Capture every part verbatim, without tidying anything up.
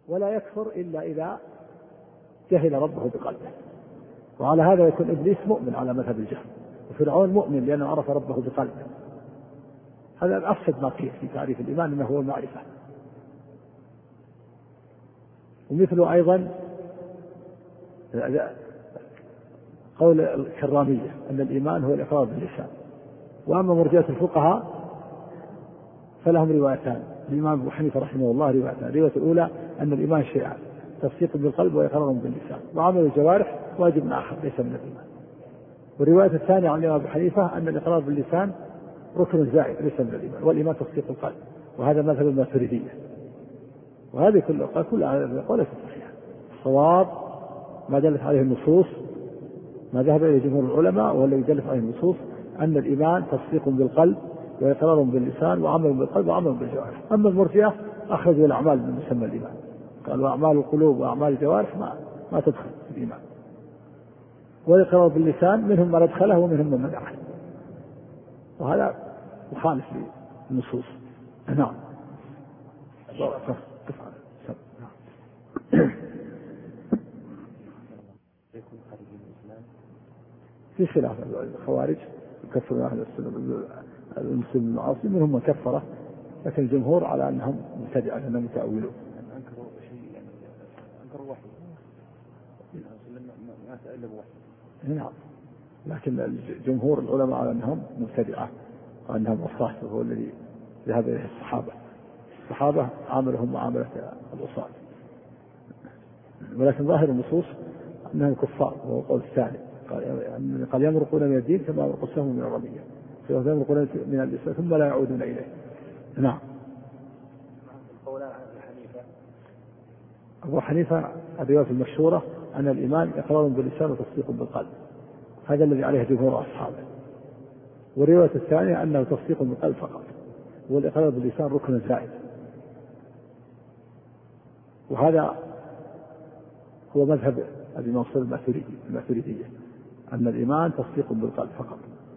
ولا يكفر إلا إذا جهل ربه بقلبه. وعلى هذا يكون إبليس مؤمن على مذهب الجهل، وفرعون مؤمن لأنه عرف ربه بقلبه. هذا الأفسد ما قيل في تعريف الإيمان أنه هو المعرفة. ومثله أيضا قول الكرامية أن الإيمان هو الإقرار باللسان. وأما مرجئة الفقهاء فلهم روايتان، الإمام أبو حنيفة رحمه الله روايتان. الرواية الأولى أن الإيمان شيئان، تصديق بالقلب وإقرار باللسان، وعمل الجوارح واجب آخر ليس من الإيمان. والرواية الثانية عن الإمام أبو حنيفة أن الإقرار باللسان ركن زائد ليس من الإيمان، والإيمان تصديق القلب، وهذا مذهب الماتريدية. وهذه كلها كلها قولة صحيحة. الصواب ما دلت عليه النصوص، ما ذهب إليه جمهور العلماء والذي دلت عليه النصوص، أن الإيمان تصديق بالقلب وإقرار باللسان وعمل بالقلب وعمل بالجوارح. أما المرجئة أخرجوا الأعمال من مسمى الإيمان، قالوا أعمال القلوب وأعمال الجوارح ما ما تدخل في الإيمان. والإقرار باللسان منهم من أدخله ومنهم من منعه، وهذا مخالف للنصوص. نعم. في خلاف الخوارج يكفرون أهل السنة المسلم المعاصي، منهم من كفره، لكن الجمهور على أنهم مبتدعة أنهم متأولون. أنكروا شيء يعني أنكروا وحي ما تألم وحي. نعم، لكن الجمهور العلماء على أنهم مبتدعة وأنهم وصاة، هو الذي ذهب إليه الصحابة. الصحابة عاملهم معاملة الوصاة، ولكن ظاهر النصوص أنهم كفار، وهو قول الثاني قال يمرقون من الدين كما يمرق السهم من الرمية، فيمرقون من الإسلام ثم لا يعودون إليه. نعم. أبو حنيفة الرواية المشهورة أن الإيمان إقرار باللسان وتصديق بالقلب، هذا الذي عليه جمهور أصحابه. والرواية الثانية أنه تصديق بالقلب فقط، والإقرار باللسان ركن زائد. وهذا هو مذهب أبي منصور الماتريدية، أن الإيمان تصديق بالقلب فقط،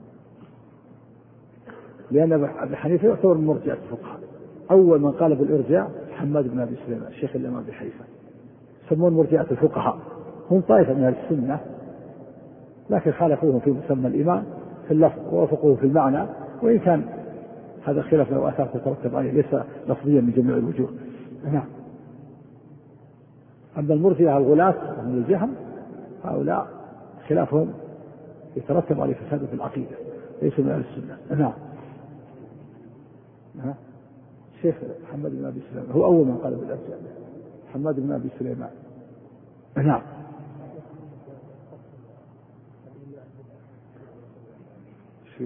لأن أبي حنيفة يعتبر من مرجئة الفقهاء. أول من قال بالإرجاء حماد بن أبي سليمان الشيخ الإمام أبي حنيفة، يسمون مرجئة الفقهاء، هم طائفة من السنة لكن خالفوهم في مسمى الإيمان في اللفظ ووافقوه في المعنى، وإن كان هذا خلاف له آثار تترتب عليه ليس لفظيا من جميع الوجوه. نعم. أما المرجئة الغلاة من الجهم هؤلاء خلافهم يترتب عليه فساد في العقيدة، ليسوا من أهل السنة. نعم. نعم. الشيخ محمد بن أبي سليمان هو أول من قال بالإرجاء، محمد بن أبي سليمان. نعم. شو؟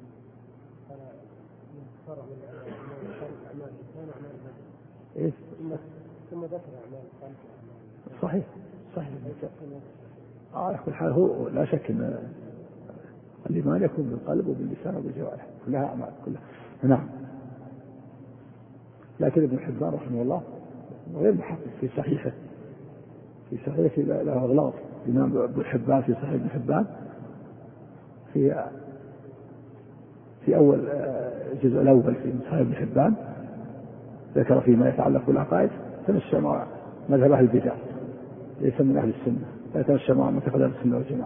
إيه؟ ثم ذكر أعمال صحيح صحيح. آه كل حال هو لا شك أن الإيمان يكون بالقلب وباللسان وبالجوارح كلها أعمال كلها. نعم. لكن ابن حبان رحمه الله غير محقق في صحيحه، في صحيحه له أغلاط. الإمام ابن حبان في صحيح ابن حبان في في أول الجزء الأول في صحيح ابن حبان ذكر فيما يتعلق بالعقائد تمشى مع مذهب أهل البدع، ليس من أهل السنة، لا يتمشى مع معتقد أهل السنة والجماعة.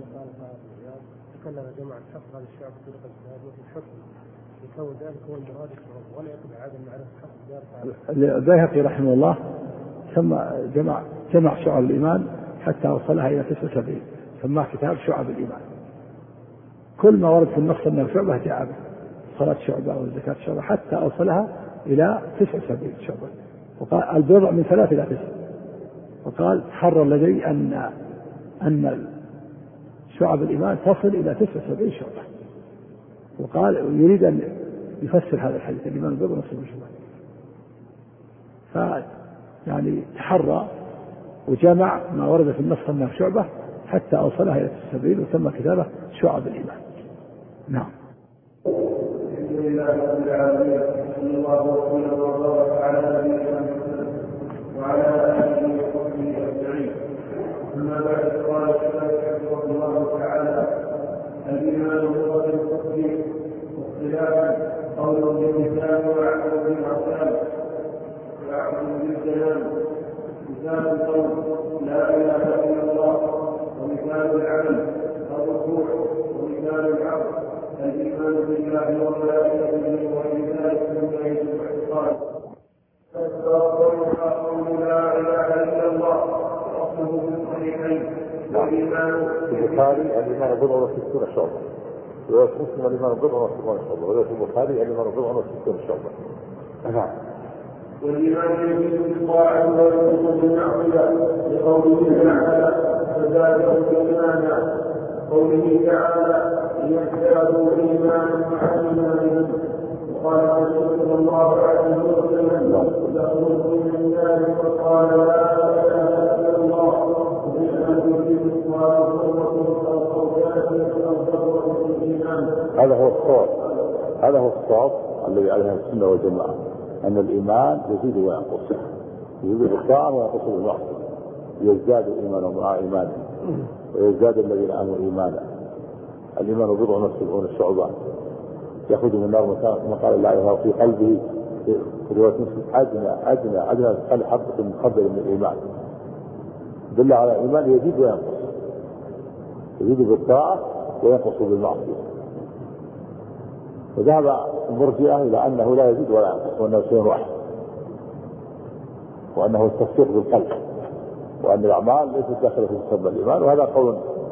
تكلم جماعة حفظ هذا الشعب بطريقة الجهاد وفي الحكم يكون ذلك هو المراد ولا يقبل عدم معرفة حق ذلك. البيهقي رحمه الله سمى جمع جمع شعب الإيمان حتى وصلها إلى تسعة وسبعين، سماه كتاب شعب الإيمان. كل ما ورد في النص أنه شعبة جاء به، صلاة شعبة والزكاة شعبة، حتى أوصلها إلى تسعة وسبعين شعبة. وقال البضع من ثلاث إلى تسع، وقال تحرر لدي أن أن شعب الإيمان تصل إلى تسعة وسبعين شعبة. وقال يريد أن يفسر هذا الحديث الإيمان البضع نصف الشعبة، ف يعني تحرى وجمع ما ورد في النص أنه شعبة حتى أوصلها إلى تسعة وسبعين وسمى كتابه شعب الإيمان. نعم. الحمد لله رب العالمين، صلى الله وسلم وبارك على نبينا محمد وعلى آله وصحبه أجمعين. أما بعد قال الشيخ رحمه الله تعالى: الإيمان هو التصديق واختلاف قول باللسان وعمل بالأركان وعمل بالكلام مثال القول لا اله الا الله، ومثال العمل الركوع، ومثال العقل الايمان بالله وملائكته وغير ذلك مما يجب اعتقاده. فالقولها قول لا اله الا الله واصله في الصحيحين. والايمان البخاري الايمان بضع وستون شعبه، ورواية مسلم الايمان بضع وستون شعبه، ورواية البخاري الايمان بضع وستون شعبه. نعم. والإيمان يزيد بالطاعة وينقص بالمعصية لقوله تعالى فزاده إيمانا، قوله تعالى ليزدادوا إيمانا مع إيمانهم. وقال الرسول صلى الله عليه وسلم يخرج من النار فقال لا إله إلا الله بأن يزيد الصلاة أو كانت الإيمان. هذا هو الصواب، هذا هو الصواب الذي عليه السنة والجماعة، أن الإيمان يزيد وينقص، يزيد بالطاعة وينقص بالمعصية، يزداد إيمانهم مع إيمانهم، ويزداد الذين آمنوا إيمانا. الإيمان بضع وسبعون شعبة، يخرج من النار كما قال الله عليه في قلبه في رواية مسلم أدنى أدنى أدنى مثقال حبة من خردل من الإيمان. دل على الإيمان يزيد وينقص، يزيد بالطاعة وينقص بالمعصية. وذهب المرجئة إلى أنه لا يزيد ولا ينقص، وأنه شيء واحد، وأنه التصديق بالقلب، وأن الأعمال ليست داخلة في مسمى الإيمان. وهذا قول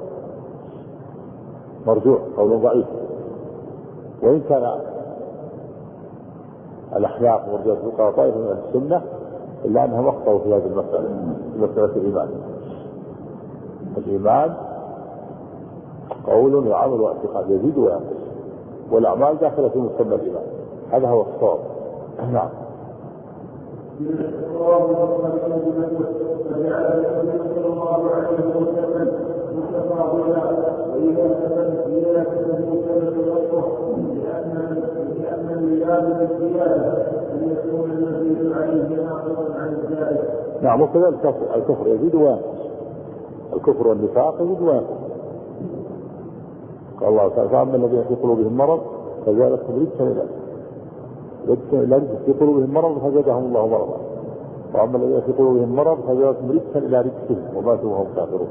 مرجوع، قول ضعيف، وإن كان الأحناف مرجئة فقهاء طائفة من السنة إلا أنهم أخطأوا في هذه المسألة، في مسألة الإيمان. الإيمان قول وعمل واعتقاد، يزيد وينقص، والأعمال داخلة في مسمى الإيمان. هذا هو الصواب. نعم. نعم. وكذلك الكفر يزيد وينقص، الكفر والنفاق يزيد وينقص. قال الله تعالى فأما الذين في قلوبهم مرض فزادتهم رجسا إلى رجس، في قلوبهم مرض فزادهم الله مرضا، وأما الذين في قلوبهم مرض فزادتهم رجسا إلى رجسهم وماتوا وهم كافرون.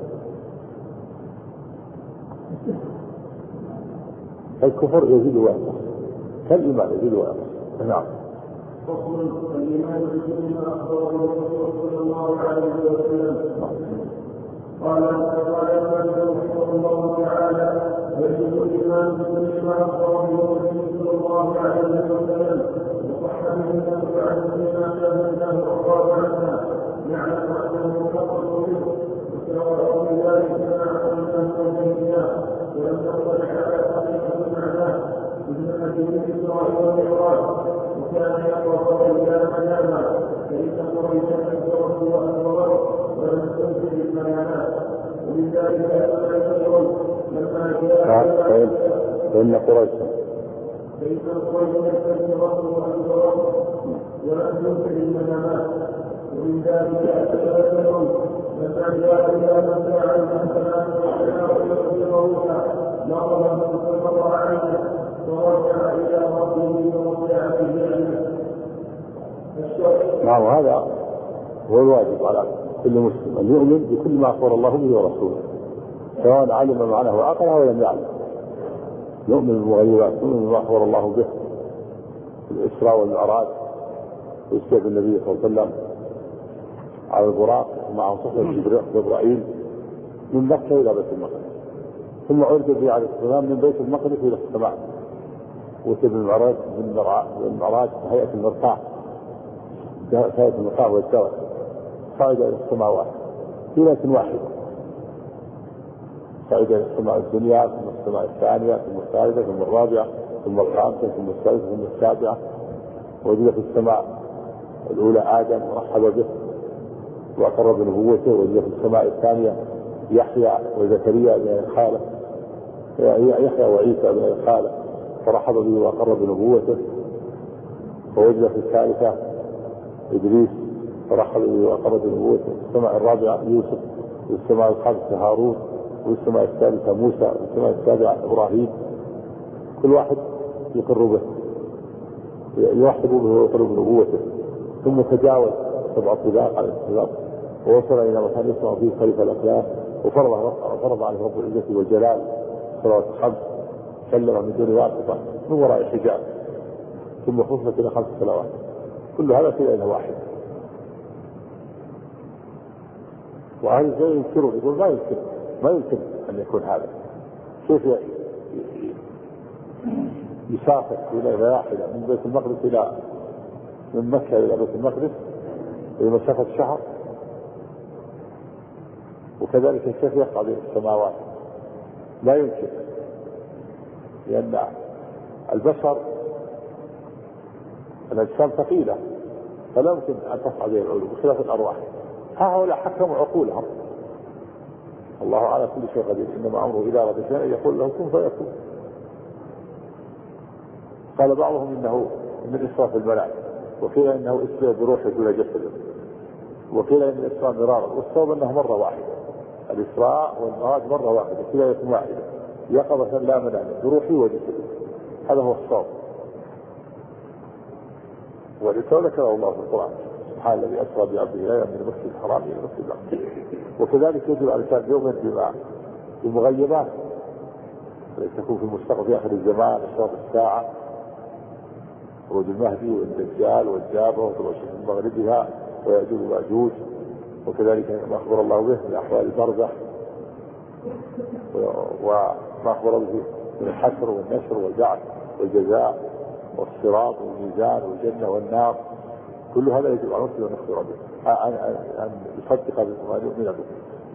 الكفر يزيد وينقص كالإيمان يزيد وينقص. نعم. فصل الإيمان بكل ما أخبره الرسول صلى الله عليه وسلم. قال قال رحمه الله تعالى يجب الإيمان بكل ما أخبره الرسول صلى الله عليه وسلم وصح منه وعن فيما شاهدناه وقال عنها نعلم أنه فقط به وسواء في ذلك ما علمناه وبيناه ولم نطلع على حقيقة معناه مثل حديث إسرائيل والمعراج وكان يقرأ إلى مناما فإن قريشا أكبره وأكبره ولم تنزل المنامات ومن ذلك أن يقول لما جاء فإن قريشا فإن قريشا أكبره وأكبره ولم تنزل المنامات ومن ذلك أن يقول لما جاء إلى من فعل الحسنات والسيئات يغفرها نظر من فقر عليه ورجع إلى ربه ورجع به. نعم. وهذا هو الواجب على كل مسلم أن يؤمن بكل ما أخبر الله به ورسوله، سواء علم معناه وعقله ولم يعلم. يؤمن بالمغيبات، يؤمن بما أخبر الله به في الإسراء والمعراج، ويستيقظ النبي صلى الله عليه وسلم على البراق مع صحبة جبرائيل من مكة إلى بيت المقدس، ثم عرج به عليه السلام من بيت المقدس إلى السماء، وتب المعراج بالمعراج هيئة المرتاح، هيئة المرتاح والدرس، صعد إلى السماوات ليلة واحدة، صعد إلى السماء الدنيا ثم السماء الثانية ثم الثالثة ثم الرابعة ثم الخامسة ثم الثالثة ثم السابعة، وجد في السماء الأولى آدم ورحب به وأقر بنبوته، وجد في السماء الثانية يحيى وزكريا بن خاله، يحيى وعيسى بن خاله فرحب به وأقر بنبوته، ووجد في الثالثة إدريس فرحب به وأقر بنبوته، في السماء الرابعة يوسف، في السماء الخامسة هارون، وفي السماء الثالثة موسى، في السماء السابعة إبراهيم. كل واحد يقر به يوحد به ويقر بنبوته، ثم تجاوز سبع طباق على السباق ووصل إلى مكان يسمع فيه خليفة الأفلام وفرض فرض عليه رب العزة والجلال صلوات الخمس، سلم من دون واسطة من وراء حجاب، ثم خصمت إلى خمس صلوات، كل هذا في ليلة واحدة. وأهل الزمن ينكرون، يقول ما يمكن ما يمكن أن يكون هذا، كيف يسافر في ليلة واحدة من بيت المقدس إلى من مكة إلى بيت المقدس بمسافة شهر، وكذلك كيف يقع بين السماوات؟ لا يمكن، لأن البشر الأجسام ثقيلة فلا يمكن أن تصعد إلى العلو بخلاف الأرواح. هؤلاء حكموا عقولهم، الله على كل شيء قدير، إنما أمره إذا أراد شيئا يقول له كن فيكون. قال بعضهم إنه من إسراف الملائكة، وقيل إنه إسراء بروحه دون جسده، وقيل إن الإسراء مرارا، والصواب أنه مرة واحدة، الإسراء والمعراج مرة واحدة في ليلة واحدة يقظة لا منام بروحي وجسده، هذا هو الصواب. ولذلك ذكره الله في القرآن سبحان الذي أسرى بعبده ليلا من المسجد الحرام إلى المسجد الأقصى. وكذلك يجب على الإنسان يؤمن بما بالمغيبات التي تكون في المستقبل في آخر الزمان، أشراط الساعة، خروج المهدي والدجال والدابة وطلوع الشمس من مغربها ويأجوج ومأجوج، وكذلك ما أخبر الله به من أحوال البرزخ وما أخبر به من الحشر والنشر والبعث والجزاء والصراط والميزان والجنة والنار، كل هذا يجب على المسلم أن يخبر به، أن يصدق به وأن يؤمن به.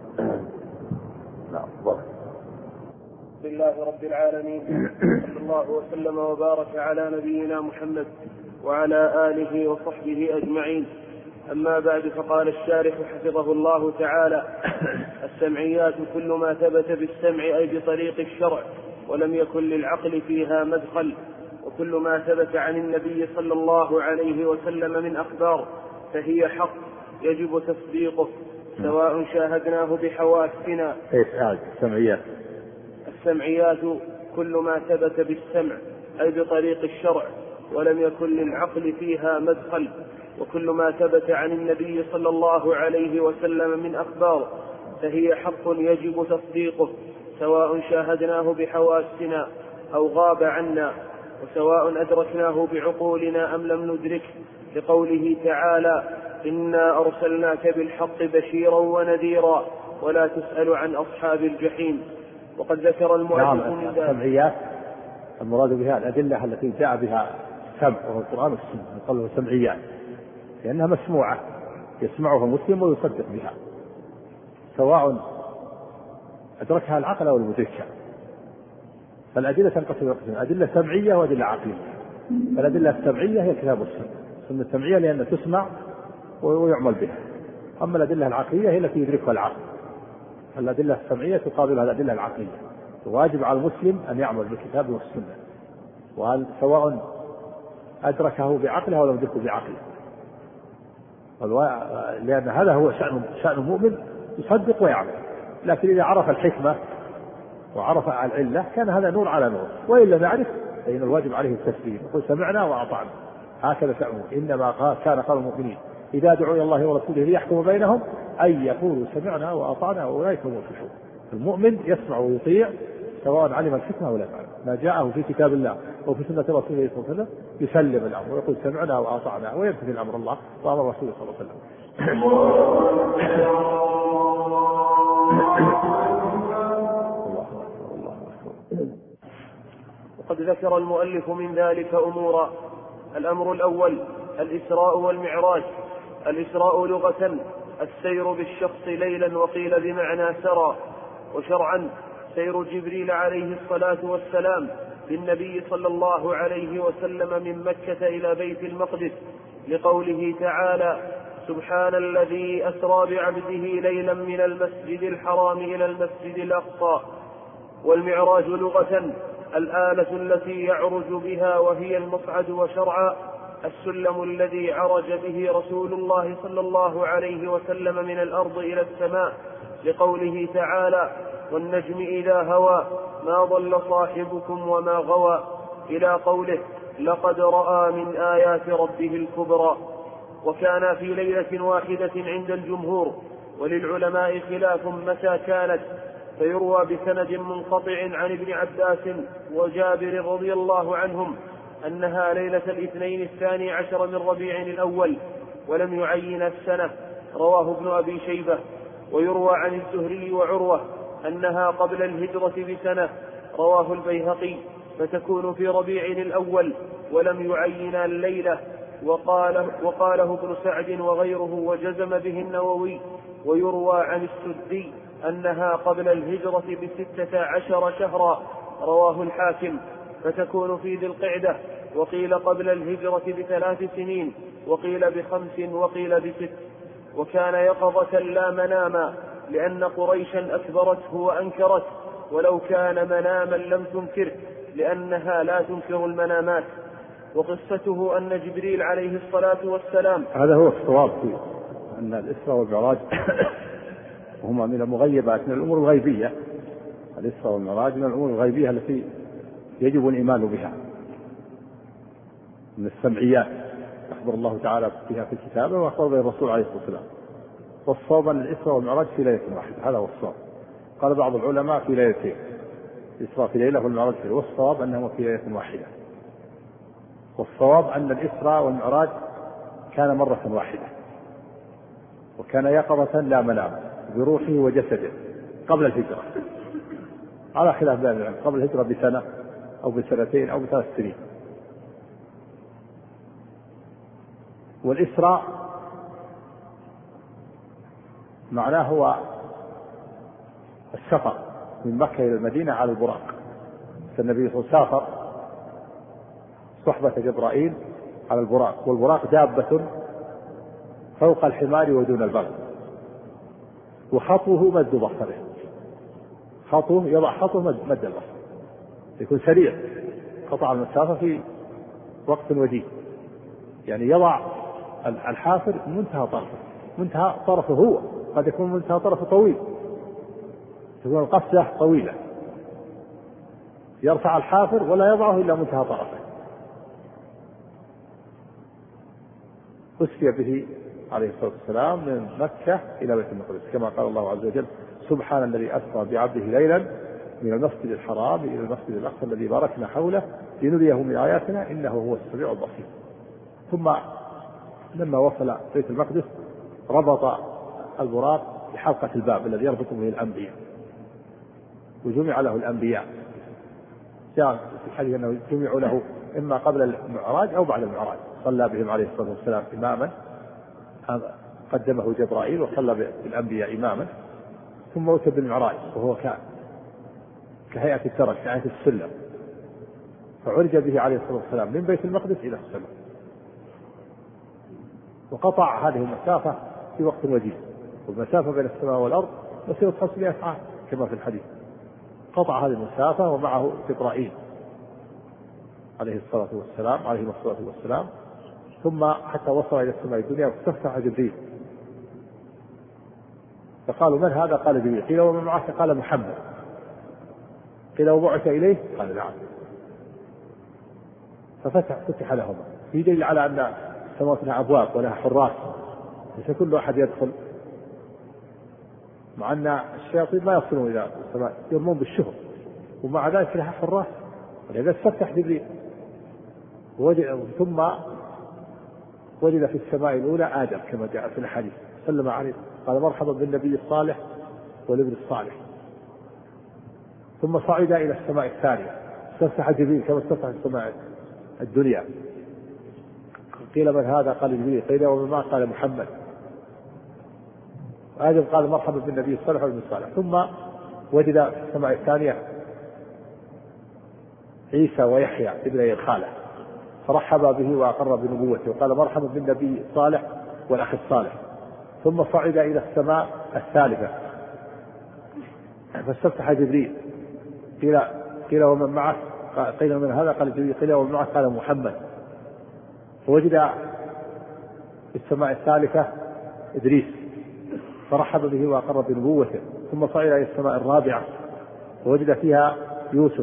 نعم. بسم الله رب العالمين، صلى الله وسلم وبارك على نبينا محمد وعلى آله وصحبه أجمعين. أما بعد، فقال الشارح حفظه الله تعالى: السمعيات كل ما ثبت بالسمع أي بطريق الشرع ولم يكن للعقل فيها مدخل، وكل ما ثبت عن النبي صلى الله عليه وسلم من أخبار فهي حق يجب تصديقه سواء شاهدناه بحواسنا. ايش هذه السمعيات؟ السمعيات كل ما ثبت بالسمع أي بطريق الشرع ولم يكن للعقل فيها مدخل، وكل ما ثبت عن النبي صلى الله عليه وسلم من أخبار فهي حق يجب تصديقه سواء شاهدناه بحواسنا أو غاب عنا، وسواء أدركناه بعقولنا أم لم ندركه، لقوله تعالى: إنا أرسلناك بالحق بشيرا ونذيرا ولا تسأل عن أصحاب الجحيم. وقد ذكر المؤلف من ذلك السمعيات المراد بها الأدلة التي جاء بها السمع وهو القرآن والسنة، يقال سمعيات لأنها مسموعة يسمعها مسلم ويصدق بها سواء أدركها العقل أو المدركة. فالأدلة تنقسم إلى قسمين: أدلة سمعية وأدلة عقلية. فالأدلة السمعية هي الكتاب والسنة، السنة السمعية لأنها تسمع ويعمل بها، أما الأدلة العقلية هي التي يدركها العقل. الأدلة السمعية تقابلها الأدلة العقلية، واجب على المسلم أن يعمل بالكتاب والسنة، وهل سواء أدركه بعقله أو لم يدركه بعقله، لأن هذا هو شأن شأن المؤمن، يصدق ويعمل. لكن إذا عرف الحكمة وعرف العلة كان هذا نور على نور، وإن لم يعرف فإن الواجب عليه التسليم، يقول سمعنا وأطعنا، هكذا شأنه. إنما كان قول المؤمنين إذا دعوا إلى الله ورسوله ليحكم بينهم أن يقولوا سمعنا وأطعنا وأولئك هم المفلحون. المؤمن يسمع ويطيع سواء علم الحكمة أو لا يعلم، ما جاءه في كتاب الله وفي سنة رسوله صلى الله عليه وسلم يسلم الأمر ويقول سمعنا وأطعنا ويمتثل أمر الله وأمر رسوله صلى الله عليه وسلم. وقد ذكر المؤلف من ذلك أمورا. الأمر الأول الإسراء والمعراج. الإسراء لغة السير بالشخص ليلا، وقيل بمعنى سرى، وشرعا سير جبريل عليه الصلاة والسلام بالنبي صلى الله عليه وسلم من مكة إلى بيت المقدس، لقوله تعالى: سبحان الذي أسرى بعبده ليلا من المسجد الحرام إلى المسجد الأقصى. والمعراج لغة الآلة التي يعرج بها، وهي المصعد، وشرعا السلم الذي عرج به رسول الله صلى الله عليه وسلم من الأرض إلى السماء، لقوله تعالى: والنجم إذا هوى ما ضل صاحبكم وما غوى، إلى قوله: لقد رأى من آيات ربه الكبرى. وكان في ليلة واحدة عند الجمهور، وللعلماء خلاف متى كانت، فيروى بسند منقطع عن ابن عباس وجابر رضي الله عنهم أنها ليلة الاثنين الثاني عشر من ربيع الأول، ولم يعين السنة، رواه ابن أبي شيبة. ويروى عن الزهري وعروة أنها قبل الهجرة بسنة، رواه البيهقي، فتكون في ربيع الأول، ولم يعين الليلة. وقال وقاله ابن سعد وغيره وجزم به النووي. ويروى عن السدي أنها قبل الهجرة بستة عشر شهرا، رواه الحاكم، فتكون في ذي القعدة. وقيل قبل الهجرة بثلاث سنين، وقيل بخمس، وقيل بست. وكان يقظة لا مناما، لأن قريشا أكبرته وأنكرته، ولو كان مناما لم تنكره، لأنها لا تنكر المنامات. وقصته أن جبريل عليه الصلاة والسلام، هذا هو الصواب في أن الإسراء والمعراج هما من المغيبات، من الأمور الغيبية. الإسراء والمعراج من الأمور الغيبية التي يجب الإيمان بها، من السمعيات أخبر الله تعالى بها في كتابه وأخبر به الرسول عليه الصلاة والسلام. والصواب أن الإسراء والمعراج في ليلة واحدة، هذا هو الصواب. قال بعض العلماء في ليلتين، الإسراء في ليلة والمعراج في ليلة، والصواب أنهما في ليلة واحدة. والصواب أن الإسراء والمعراج كان مرة واحدة، وكان يقظة لا منام بروحه وجسده قبل الهجرة، على خلاف بين العلم، قبل الهجرة بسنة أو بسنتين أو بثلاث سنين. والإسراء معناه هو السفر من مكة إلى المدينة على البراق. النبي صلى الله عليه وسلم سافر صحبة جبرائيل على البراق، والبراق دابة فوق الحمار ودون البغل، وخطوه مد بصره، خطوه يضع خطوه مد البصر، يكون سريع، قطع المسافة في وقت وجيز، يعني يضع الحافر منتهى طرفه، منتهى طرفه هو، قد يكون منتهى طرفه طويل، تكون القفزة طويلة، يرفع الحافر ولا يضعه إلا منتهى طرفه. أسري به عليه الصلاة والسلام من مكة إلى بيت المقدس، كما قال الله عز وجل: سبحان الذي أسرى بعبده ليلا من المسجد الحرام إلى المسجد الأقصى الذي باركنا حوله لنريه من آياتنا إنه هو السميع البصير. ثم لما وصل بيت المقدس ربط البراق بحلقة الباب الذي يربط به الأنبياء، وجمع له الأنبياء. جاء في الحديث أنه جمع له إما قبل المعراج أو بعد المعراج، صلى بهم عليه الصلاة والسلام إماما، قدمه جبرائيل وصلى بالأنبياء إماما، ثم أتى بالمعراج وهو كهيئة الدرج، كهيئة السلم، فعرج به عليه الصلاة والسلام من بيت المقدس إلى السماء، وقطع هذه المسافة في وقت وجيز، والمسافة بين السماء والأرض مسيرة خمسمائة عام كما في الحديث. قطع هذه المسافة ومعه جبرائيل عليه الصلاة والسلام عليه الصلاة والسلام ثم حتى وصل إلى السماء الدنيا واستفتح جبريل، فقالوا: من هذا؟ قال: جبريل. قيل: ومن معك؟ قال: محمد. قيل: وبعث إليه؟ قال: نعم. ففتح فتح لهما، في دليل على أن السماوات لها أبواب ولها حراس، ليس كل أحد يدخل، مع أن الشياطين ما يصلون إلى السماء، يرمون بالشهر، ومع ذلك لها حراس، ولذا استفتح جبريل. ثم وجد في السماء الأولى آدم كما جاء في الحديث، سلم عليه، قال: مرحبا بالنبي الصالح والابن الصالح. ثم صعد إلى السماء الثانية، استفتح جبريل كما استفتح السماء الدنيا. قيل: من هذا؟ قال: جبريل. قيل: ومن معه؟ قال: محمد. آدم قال: مرحبا بالنبي الصالح والابن الصالح. ثم وجد في السماء الثانية عيسى ويحيى ابني الخالة، فرحب به وأقر بنبوته وقال: مرحبا بالنبي الصالح والأخ الصالح. ثم صعد إلى السماء الثالثة فاستفتح جبريل، قيل قيل ومن معه؟ قيل: من هذا؟ قال: جبريل. قيل: ومن معه؟ قال: محمد. فوجد في السماء الثالثة إدريس، فرحب به وأقر بنبوته. ثم صعد إلى السماء الرابعة ووجد فيها يوسف،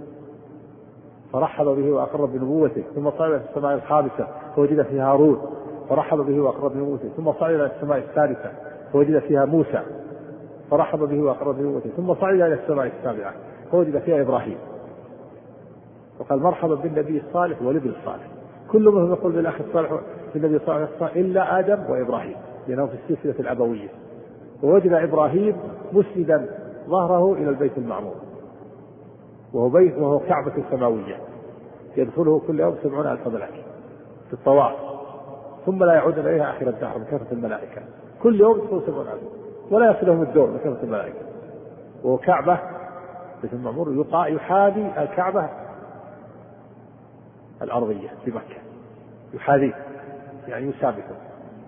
فرحب به وأقر بنبوته. ثم صعد إلى السماء الخامسة فوجد فيها هارون، فرحب به وأقر بنبوته. ثم صعد إلى السماء السادسة فوجد فيها موسى فرحب به وأقر بنبوته، ثم صعد إلى السماء السابعة فوجد فيها إبراهيم وقال مرحبا بالنبي الصالح والابن الصالح، كل منهم يقول بالأخ الصالح بالنبي الصالح إلا آدم وإبراهيم لأنه في السلسلة الأبوية. ووجد إبراهيم مسندا ظهره إلى البيت المعمور وهو بيت وهو كعبة سماوية يدخله كل يوم سبعون ألف ملك في الطواف ثم لا يعود إليها آخر الدهر من كثرة الملائكة، كل يوم يدخل سبعون ألف ولا يصلهم الدور من كثرة الملائكة. وهو كعبة بيت المعمور يحاذي الكعبة الأرضية في مكة، يحاذي يعني يسابقه.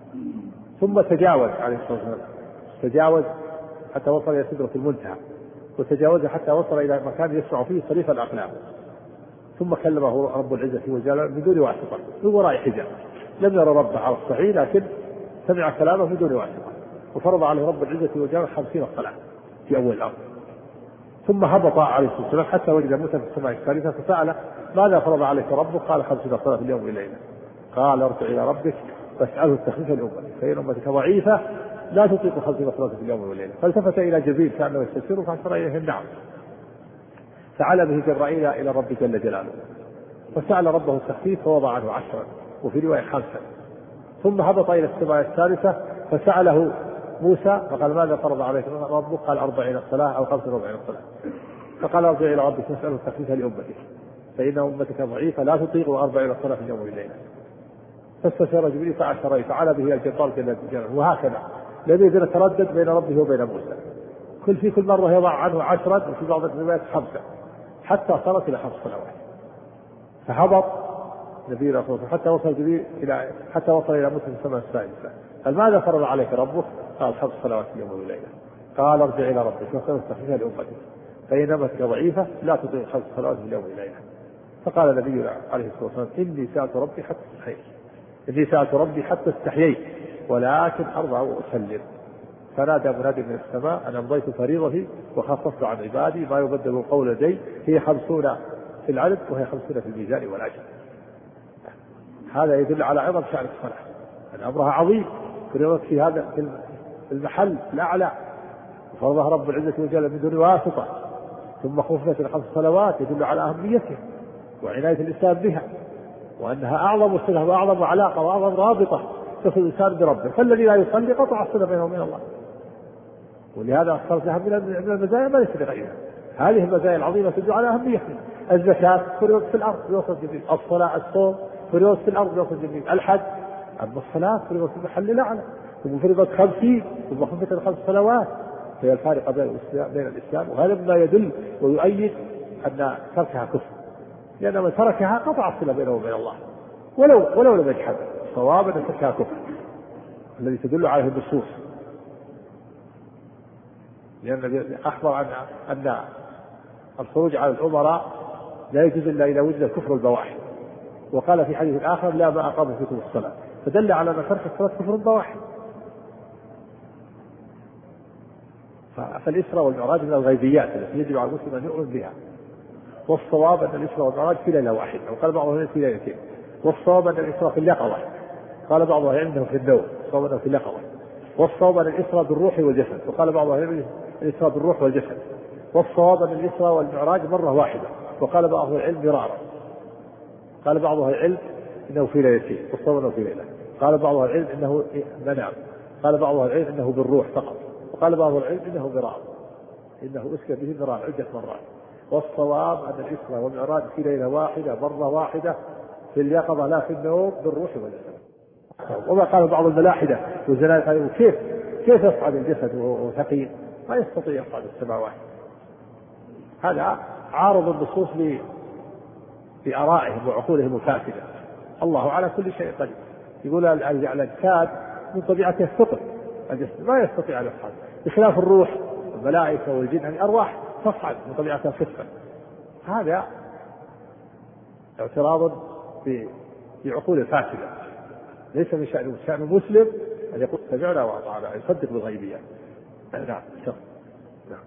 ثم تجاوز عليه الصلاة والسلام، تجاوز حتى وصل إلى سدرة المنتهى، وتجاوز حتى وصل إلى مكان يسمع فيه صريف الأقلام، ثم كلمه رب العزة وجلاله بدون واسطة من وراء حجاب، لم يرى ربه على الصعيد لكن سمع كلامه بدون واسطة، وفرض عليه رب العزة وجلاله خمسين صلاة في أول الأرض. ثم هبط عليه الصلاة والسلام حتى وجد موسى في السماء الثالثة فسأله ماذا فرض عليك ربك؟ قال خمسين صلاة في اليوم والليلة. قال ارجع إلى ربك فاسأله التخفيف لأمتك فإن أمتك ضعيفة لا تطيق خمسين صلاة في اليوم والليلة. فالتفت إلى جبريل كأنه يستشيره فأشار إليه النعم، فعلى به جبرائيل إلى رب جل جلاله فسأل ربه التخفيف فوضع عنه عشرا وفي رواية خمسا. ثم هبط إلى السماء الثالثة فسأله موسى فقال ماذا فرض عليك ربك؟ قال أربعين صلاة أو خمسة وأربعين صلاة. فقال ارجع إلى ربك فاسأله التخفيف لأمتك فإن أمتك ضعيفة لا تطيق أربعين صلاة في اليوم والليلة. فاستشار جبريل فعشر فعلى به الجبار جل جلاله. وهكذا لم يزل يتردد بين ربه وبين موسى، كل في كل مرة يضع عنه عشرا وفي بعض الروايات خمسة حتى صارت إلى خمس صلوات. فهبط نبي رسول حتى وصل جبريل إلى حتى وصل إلى موسى في السماء السادسة. قال ماذا فرض عليك ربك؟ قال خمس صلوات في اليوم والليلة. قال ارجع إلى ربك فاسأله التخفيف لأمتك فإن أمتك ضعيفة لا تطيق خمس صلوات في اليوم والليلة. فقال النبي عليه الصلاة والسلام إني سألت ربي حتى استحييت إني سألت ربي حتى استحييت ولكن أرضى وأسلم. فنادى منادي من السماء أن أمضيت فريضتي وخففت عن عبادي ما يبدل قول لدي هي خمسون في العدد وهي خمسون في الميزان والأجر. هذا يدل على عظم شأن الصلاة أن أمرها عظيم فريضت في هذا المحل الأعلى وفرضها رب العزة وجل بدون واسطة، ثم خففت الخمس صلوات يدل على أهميتها وعناية الإسلام بها وأنها أعظم صلة وأعظم علاقة وأعظم رابطة تصل الإنسان بربه. فالذي لا يصلي قطع الصلة بينه وبين الله، ولهذا أخرت لها من المزايا ما ليس لغيرها. هذه المزايا العظيمة تدل على أهميتها. الزكاة فرضت في الأرض بوصف جبريل، الصلاة الصوم فرضت في الأرض بوصف جبريل، الحج أما الصلاة فرضت في المحل الأعلى ثم فرضت خمسين ثم خفت الخمس صلوات. هي الفارقة بين الإسلام بين الإسلام وهذا مما يدل ويؤيد أن تركها كفر، لأن من تركها قطع الصلة بينه وبين الله ولو ولو لم يجحد. صواب أن تركها كفر الذي تدل عليه النصوص، لأن النبي أخبر عن أن الخروج على الأمراء لا يجوز إلا إذا وجد الكفر البواح، وقال في حديث آخر لا ما أقاموا فيكم الصلاة، فدل على أن ترك الصلاة كفر البواح. فالإسراء والمعراج من الغيبيات التي يجب على المسلم أن يؤمن بها، والصواب أن الإسراء والمعراج في ليلة واحدة وقال بعضهم في ليلتين، والصواب أن الإسراء في اليقظة قال بعضهم عنده في النوم، الصواب أنه في اليقظة، والصواب أن الإسراء بالروح والجسد وقال بعضهم الإسراء بالروح والجسد، والصواب أن الإسراء والمعراج مرة واحدة وقال بعض العلم مرارا، قال بعض العلم إنه في ليلتين والصواب أنه في ليلة، قال بعض العلم إنه منام، قال بعض العلم إنه بالروح فقط، وقال بعض العلم إنه مرار إنه أسكى به مرار عدة مرات. والصواب أن الإسراء والمعراج في ليلة واحدة مرة واحدة في اليقظة لا في النوم بالروح والجسد. وما قال بعض الملاحدة والزنادقة كيف كيف يصعد الجسد وهو ثقيل؟ ما يستطيع يصعد السماوات. هذا عارض النصوص بآرائهم وعقولهم الفاسدة. الله على كل شيء قدير. يقول الأجساد من طبيعته الثقل، الجسد ما يستطيع أن يصعد، بخلاف الروح والملائكة والجن يعني أرواح تصعد من طبيعتها خفة. هذا اعتراض بعقول الفاسدة، ليس من شأن شأن مسلم أن يقول سمعنا وأطعنا يصدق بالغيبيات. نعم نعم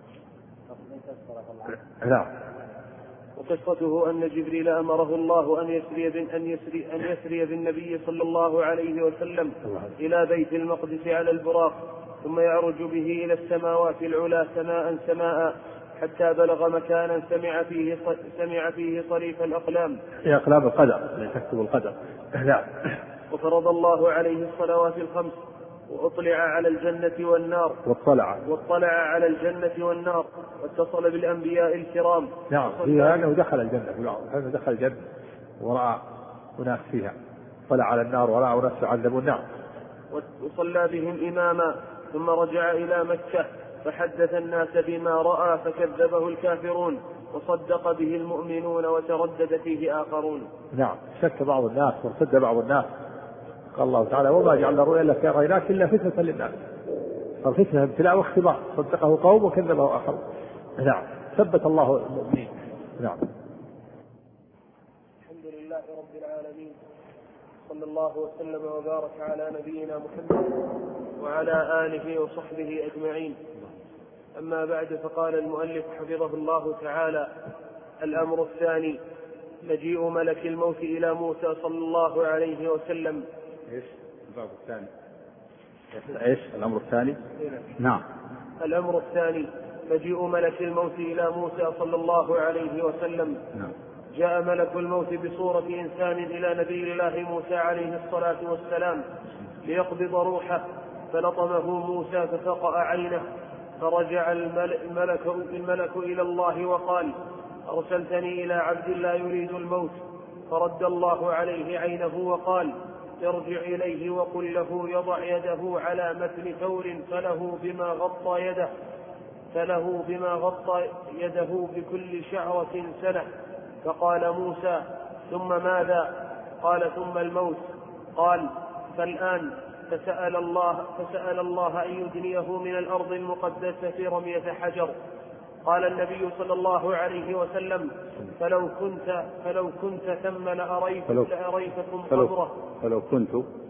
نعم. وقصته أن جبريل أمره الله أن يسري بن أن يسري أن يسري بالنبي صلى الله عليه وسلم إلى بيت المقدس على البراق، ثم يعرج به إلى السماوات العلى سماء سماء حتى بلغ مكانا سمع فيه سمع فيه صريف الأقلام. هي أقلام القدر التي تكتب القدر. نعم. وفرض الله عليه الصلوات الخمس وأطلع على الجنة والنار واطلع واطلع على الجنة والنار واتصل بالأنبياء الكرام. نعم. هي أنه دخل الجنة، هذا دخل الجنة ورأى أناس فيها، طلع على النار ورأى أناس يعذبون النار. وصلى بهم إماما ثم رجع إلى مكة فحدث الناس بما رأى فكذبه الكافرون وصدق به المؤمنون وتردد فيه آخرون. نعم. شك بعض الناس وارتد بعض الناس. قال الله تعالى: وما جعلنا الرؤيا التي أريناك إلا فتنة للناس. فالفتنة ابتلاء واختبار، صدقه قوم وكذبه آخر. نعم. ثبت الله المؤمنين. نعم. الحمد لله رب العالمين، صلى الله وسلم وبارك على نبينا محمد وعلى آله وصحبه أجمعين. أما بعد، فقال المؤلف حفظه الله تعالى: الأمر الثاني مجيء ملك الموت إلى موسى صلى الله عليه وسلم. إيش الباب الثاني؟ إيش الأمر الثاني؟ نعم. الأمر الثاني مجيء ملك الموت إلى موسى صلى الله عليه وسلم. نعم. جاء ملك الموت بصورة إنسان إلى نبي الله موسى عليه الصلاة والسلام ليقبض روحه، فلطمه موسى ففقأ عينه، فرجع الملك, الملك إلى الله وقال: أرسلتني إلى عبد لا يريد الموت. فرد الله عليه عينه وقال: ارجع إليه وقل له يضع يده على متن ثور فله بما غطى يده فله بما غطى يده بكل شعرة سنة. فقال موسى: ثم ماذا؟ قال: ثم الموت. قال: فالآن. فسأل الله, فسأل الله أن يدنيه من الأرض المقدسة رمية حجر. قال النبي صلى الله عليه وسلم: فلو كنت فلو كنت ثم لأريت لأريتكم قبره فلو كنت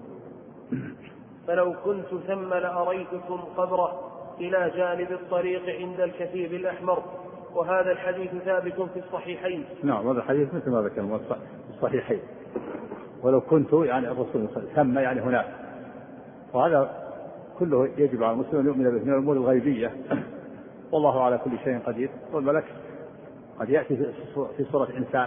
فلو كنت ثم لأريتكم قبره إلى جانب الطريق عند الكثيب الأحمر. وهذا الحديث ثابت في الصحيحين. نعم. هذا الحديث مثل ما ذكر في الصحيحين. ولو كنت يعني الرسول ثم يعني هناك. وهذا كله يجب على المسلم أن يؤمن به من الأمور الغيبية، والله على كل شيء قدير. والملك قد يأتي في صورة إنسان.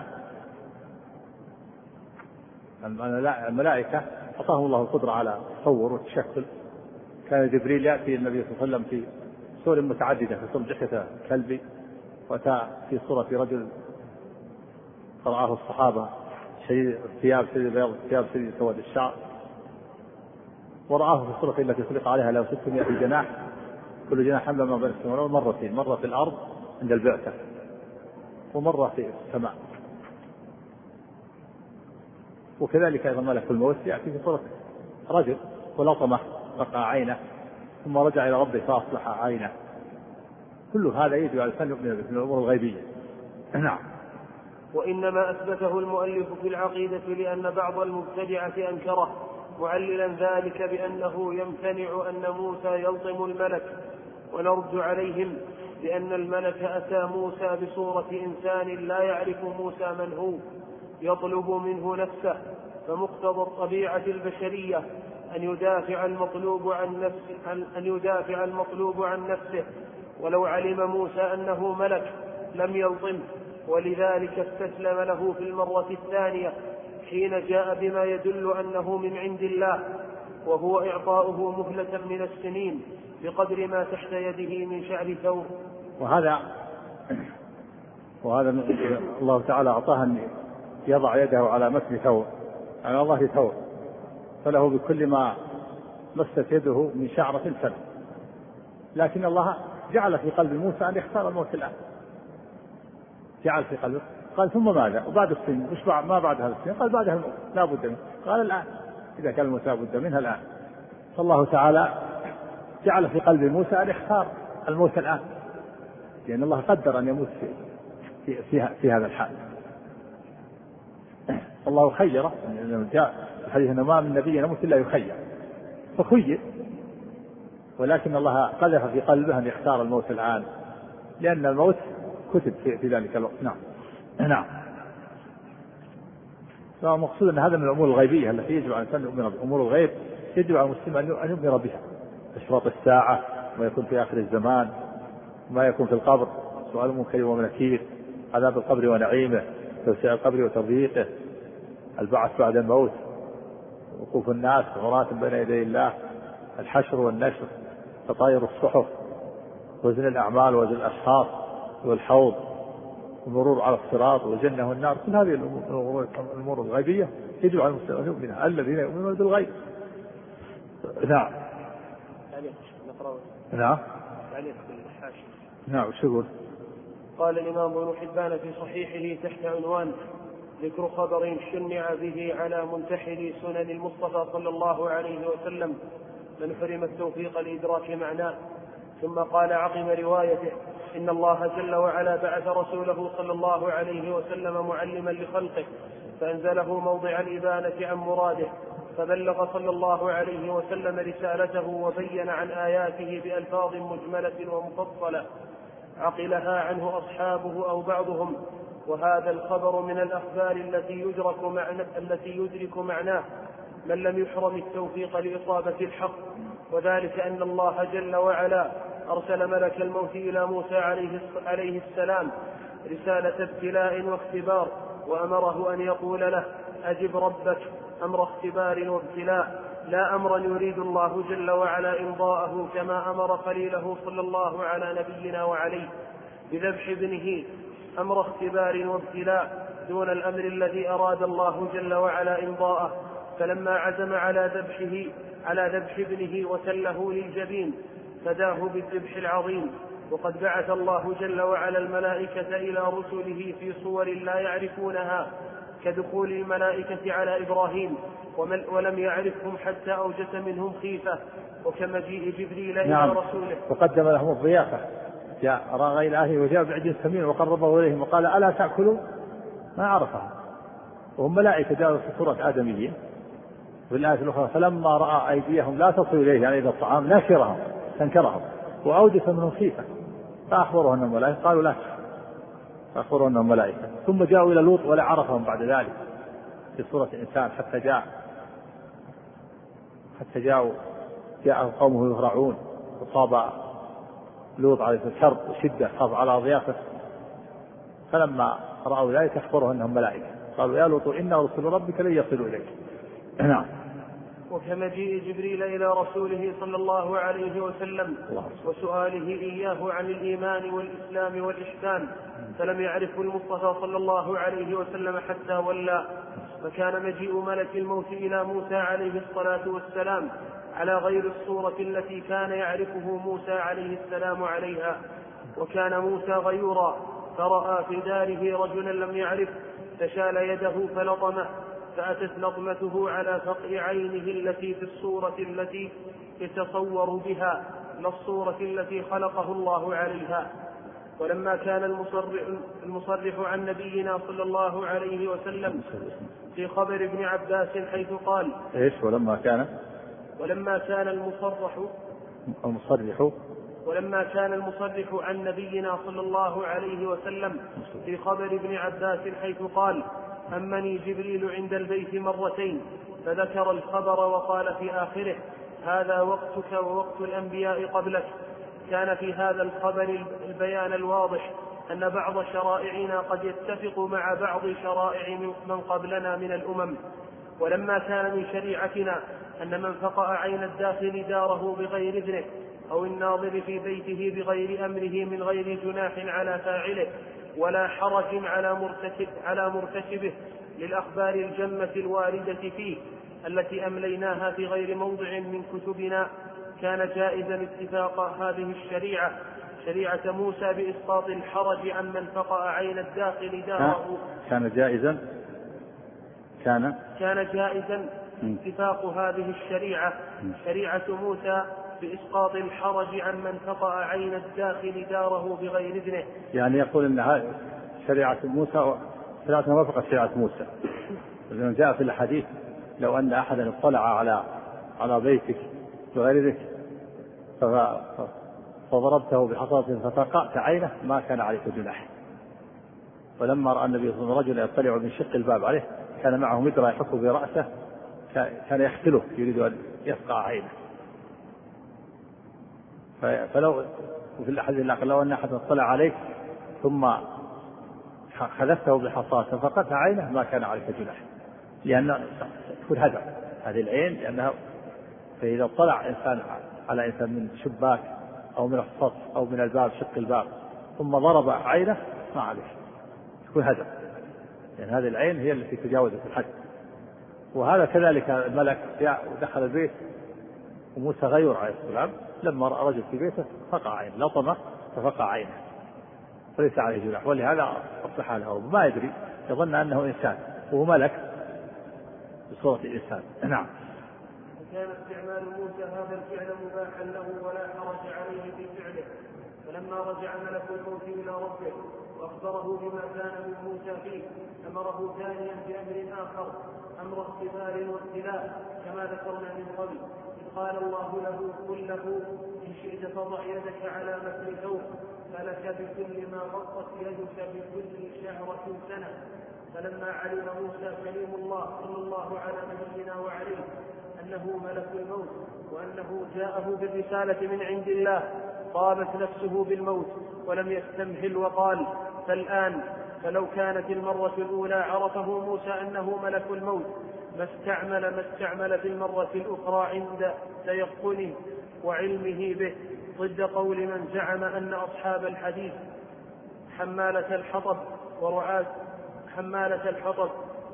الملائكة أعطاهم الله القدرة على التصور والتشكل. كان جبريل يأتي النبي صلى الله عليه وسلم في صور متعددة، في صورة دحية كلبي، وأتى في صورة رجل فرآه الصحابة شديد الثياب شديد البياض الثياب شديد سواد الشعر، ورآه في الصورة التي خلق عليها له ستمائة جناح، كل جناح حمل ما بين السماء، مرتين، مرة في الأرض عند البعثة ومرة في السماء. وكذلك أيضا ملك الموت يأتي في صورة رجل ولطمه فقع عينه ثم رجع إلى ربه فأصلح عينه. كل هذا يجب على الإنسان يؤمن به من الأمور الغيبية. نعم. وإنما أثبته المؤلف في العقيدة لأن بعض المبتدعة أنكره، معللا ذلك بأنه يمتنع أن موسى يلطم الملك، ونرد عليهم بأن الملك أتى موسى بصورة إنسان لا يعرف موسى من هو، يطلب منه نفسه، فمقتضى الطبيعة البشرية أن يدافع المطلوب عن نفسه أن يدافع المطلوب عن نفسه، ولو علم موسى أنه ملك لم يلطمه، ولذلك استسلم له في المرة الثانية حين جاء بما يدل أنه من عند الله، وهو إعطاؤه مهلة من السنين بقدر ما تحت يده من شعر ثور. وهذا وهذا الله تعالى أعطاه أن يضع يده على متن ثور، على ظهر ثور، فله بكل ما مست يده من شعرة سنة. لكن الله جعل في قلب موسى أن يختار الموت الآن، جعل في قلبه. قال: ثم ماذا؟ وبعد السن مش بعد ما بعد هذا السن؟ قال: بعدها الموت لا بد منه. قال: الآن، إذا كان الموت لا بد منها الآن. فالله تعالى جعل في قلب موسى أن يختار الموت الآن، لأن الله قدر أن يموت في, في, في, في هذا الحال. الله خيره، جاء الحديث أنه ما من نبي يموت إلا يخير، فخير، ولكن الله قذف في قلبه أن يختار الموت الآن، لأن الموت كتب في, في ذلك الوقت. نعم. نعم. فمقصود أن هذا من الأمور الغيبية التي يجب على الإنسان أن يؤمن بها. أمور الغيب يجب على المسلم أن يؤمن بها، أشراط الساعة، ما يكون في آخر الزمان، ما يكون في القبر، سؤال منكر ونكير، عذاب القبر ونعيمه، توسيع القبر وتضييقه، البعث بعد الموت، وقوف الناس عراة بين يدي الله، الحشر والنشر، تطاير الصحف، وزن الأعمال وزن الأشخاص، والحوض، المرور على الصراط، والجنة والنار. كل هذه الأمور الغيبية يجب على المسلمين أن يؤمنوا، الذين يؤمنون بالغيب. نعم. نعم. نعم. شو يقول؟ قال الإمام ابن حبان في صحيحه تحت عنوان ذكر خبر شنع به على منتحل سنن المصطفى صلى الله عليه وسلم من حرم التوفيق لإدراك معناه، ثم قال عقب روايته: إن الله جل وعلا بعث رسوله صلى الله عليه وسلم معلما لخلقه، فأنزله موضع الإبانة عن مراده، فبلغ صلى الله عليه وسلم رسالته وبين عن آياته بألفاظ مجملة ومفصلة عقلها عنه أصحابه أو بعضهم. وهذا الخبر من الأخبار التي يدرك معنى التي يدرك معناه من لم يحرم التوفيق لإصابة الحق، وذلك أن الله جل وعلا أرسل ملك الموت إلى موسى عليه السلام رسالة ابتلاء واختبار، وأمره أن يقول له: أجب ربك، أمر اختبار وابتلاء، لا أمرا يريد الله جل وعلا إمضاءه، كما أمر خليله صلى الله على نبينا وعليه بذبح ابنه، أمر اختبار وابتلاء دون الأمر الذي أراد الله جل وعلا إمضاءه. فلما عزم على ذبحه على ذبح ابنه وتله للجبين فداه بالذبح العظيم. وقد بعث الله جل وعلا الملائكة إلى رسله في صور لا يعرفونها، كدخول الملائكة على إبراهيم ولم يعرفهم حتى أوجس منهم خيفة، وكمجيء جبريل إلى نعم. رسوله. وقدم لهم الضيافة، جاء راغي الآهي وجاء بعجل سمين وقربه إليهم وقال: ألا تأكلوا؟ ما عرفها، وهم ملائكة جاءوا في صورة آدمية. في الآية الأخرى: فلما رأى أيديهم لا تصل إليه، يعني إلى الطعام، نكرهم تنكرهم وأوجس منهم خيفة، فأخبروا أنهم ملائكة، قالوا لا، فأخبروا أنهم ملائكة. ثم جاءوا إلى لوط ولا عرفهم بعد ذلك في صورة إنسان، حتى جاء حتى جاءوا جاء قومه يهرعون، وصاب لوط عليه الشر وشدة، خاف على ضيافه، فلما رأوا ذلك أخبروا أنهم ملائكة، قالوا: يا لوط إنا رسل ربك لن يصلوا إليك. نعم. وكمجيء جبريل إلى رسوله صلى الله عليه وسلم وسؤاله إياه عن الإيمان والإسلام والإحسان، فلم يعرفه المصطفى صلى الله عليه وسلم حتى ولى. فكان مجيء ملك الموت إلى موسى عليه الصلاة والسلام على غير الصورة التي كان يعرفه موسى عليه السلام عليها. وكان موسى غيورا، فرأى في داره رجلا لم يعرف، فشال يده فلطمه، فأتت لطمته على فقع عينه التي في الصورة التي يتصور بها، لا الصورة التي خلقه الله عليها. ولما كان المصرح, المصرح عن نبينا صلى الله عليه وسلم في خبر ابن عباس حيث قال: إيش؟ ولما كان ولما كان المصرح المصرح ولما كان المصرح عن نبينا صلى الله عليه وسلم في خبر ابن عباس حيث قال: أمني جبريل عند البيت مرتين، فذكر الخبر وقال في آخره: هذا وقتك ووقت الأنبياء قبلك. كان في هذا الخبر البيان الواضح أن بعض شرائعنا قد يتفق مع بعض شرائع من قبلنا من الأمم. ولما كان من شريعتنا أن من فقأ عين الداخل داره بغير إذنه أو الناظر في بيته بغير أمره من غير جناح على فاعله ولا حرج على مرتكب على مرتكبه، للأخبار الجمة الواردة فيه التي أمليناها في غير موضع من كتبنا، كان جائزا اتفاق هذه الشريعة شريعة موسى بإسقاط الحرج عن من فقأ عين الداخل داره. كان جائزا كان كان جائزا اتفاق هذه الشريعة شريعة موسى بإسقاط الحرج عن من فقأ عين الداخل داره بغير إذنه. يعني يقول أن هذه شريعة موسى شريعة وفقت شريعة موسى، لأنه جاء في الحديث: لو أن أحدا اطلع على على بيتك بغير إذنك فضربته بحصاة ففقأت عينه ما كان عليك جناح. ولما رأى النبي صلى الله عليه وسلم رجلا يطلع من شق الباب عليه كان معه مدرى يحك برأسه، كان يختله يريد أن يفقع عينه. فلو وفي الأحاديث الآخر لو أن أحد اطلع عليك ثم خلفته بحصاة فقطع عينه ما كان عليك جناح، لأن تكون هدر هذه العين، لأنها فإذا اطلع إنسان على إنسان من شباك أو من السطح أو من الباب شق الباب ثم ضرب عينه ما عليه، تكون هدر، لأن هذه العين هي التي تجاوزت الحد. وهذا كذلك الملك جاء ودخل البيت وموسى غير عليه السلام لما رأى رجل في بيته فقع عينه، لطمه ففقع عينه وليس عليه جناح، ولهذا أصبح له ما يدري، يظن أنه إنسان وهو ملك بصورة الإنسان. نعم. وكان استعمال موسى هذا الفعل مباحا له ولا حرج عليه في فعله، فلما رجع ملك الموت إلى ربه وأخبره بما كان من موسى فيه أمره ثانيا بأمر آخر، أمر اختبار وابتلاء كما ذكرنا من قبل، إذ قال الله له قل له إن شئت فضع يدك على مثل ثوب فلك بكل ما غطت يدك بكل شهرة سنة. فلما علم موسى كليم الله صلى الله على نبينا وعليه أنه ملك الموت وأنه جاءه بالرسالة من عند الله طابت نفسه بالموت ولم يستمهل وقال فالآن. فلو كانت المرة الأولى عرفه موسى أنه ملك الموت ما استعمل ما استعمل في المرة الأخرى عند تيقنه وعلمه به، ضد قول من زعم أن أصحاب الحديث حمالة الحطب ورعاة حمالة الحطب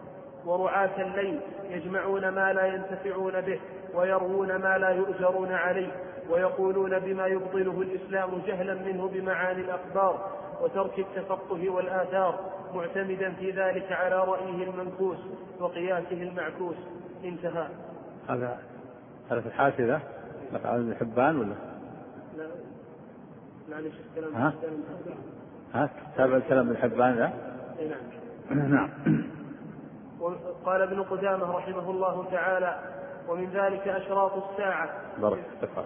ورعاة الليل يجمعون ما لا ينتفعون به ويروون ما لا يؤجرون عليه ويقولون بما يبطله الإسلام جهلا منه بمعاني الأخبار وترك التفقه والآثار، معتمدا في ذلك على رأيه المنكوس وقياسه المعكوس. انتهى. هذا هذا في الحاشية ذا لقى ابن حبان ولا؟ لا معلش الكلام. ها؟ ها تابع الكلام ابن حبان ذا؟ نعم. نعم. قال ابن قدامة رحمه الله تعالى ومن ذلك أشراط الساعة. بارك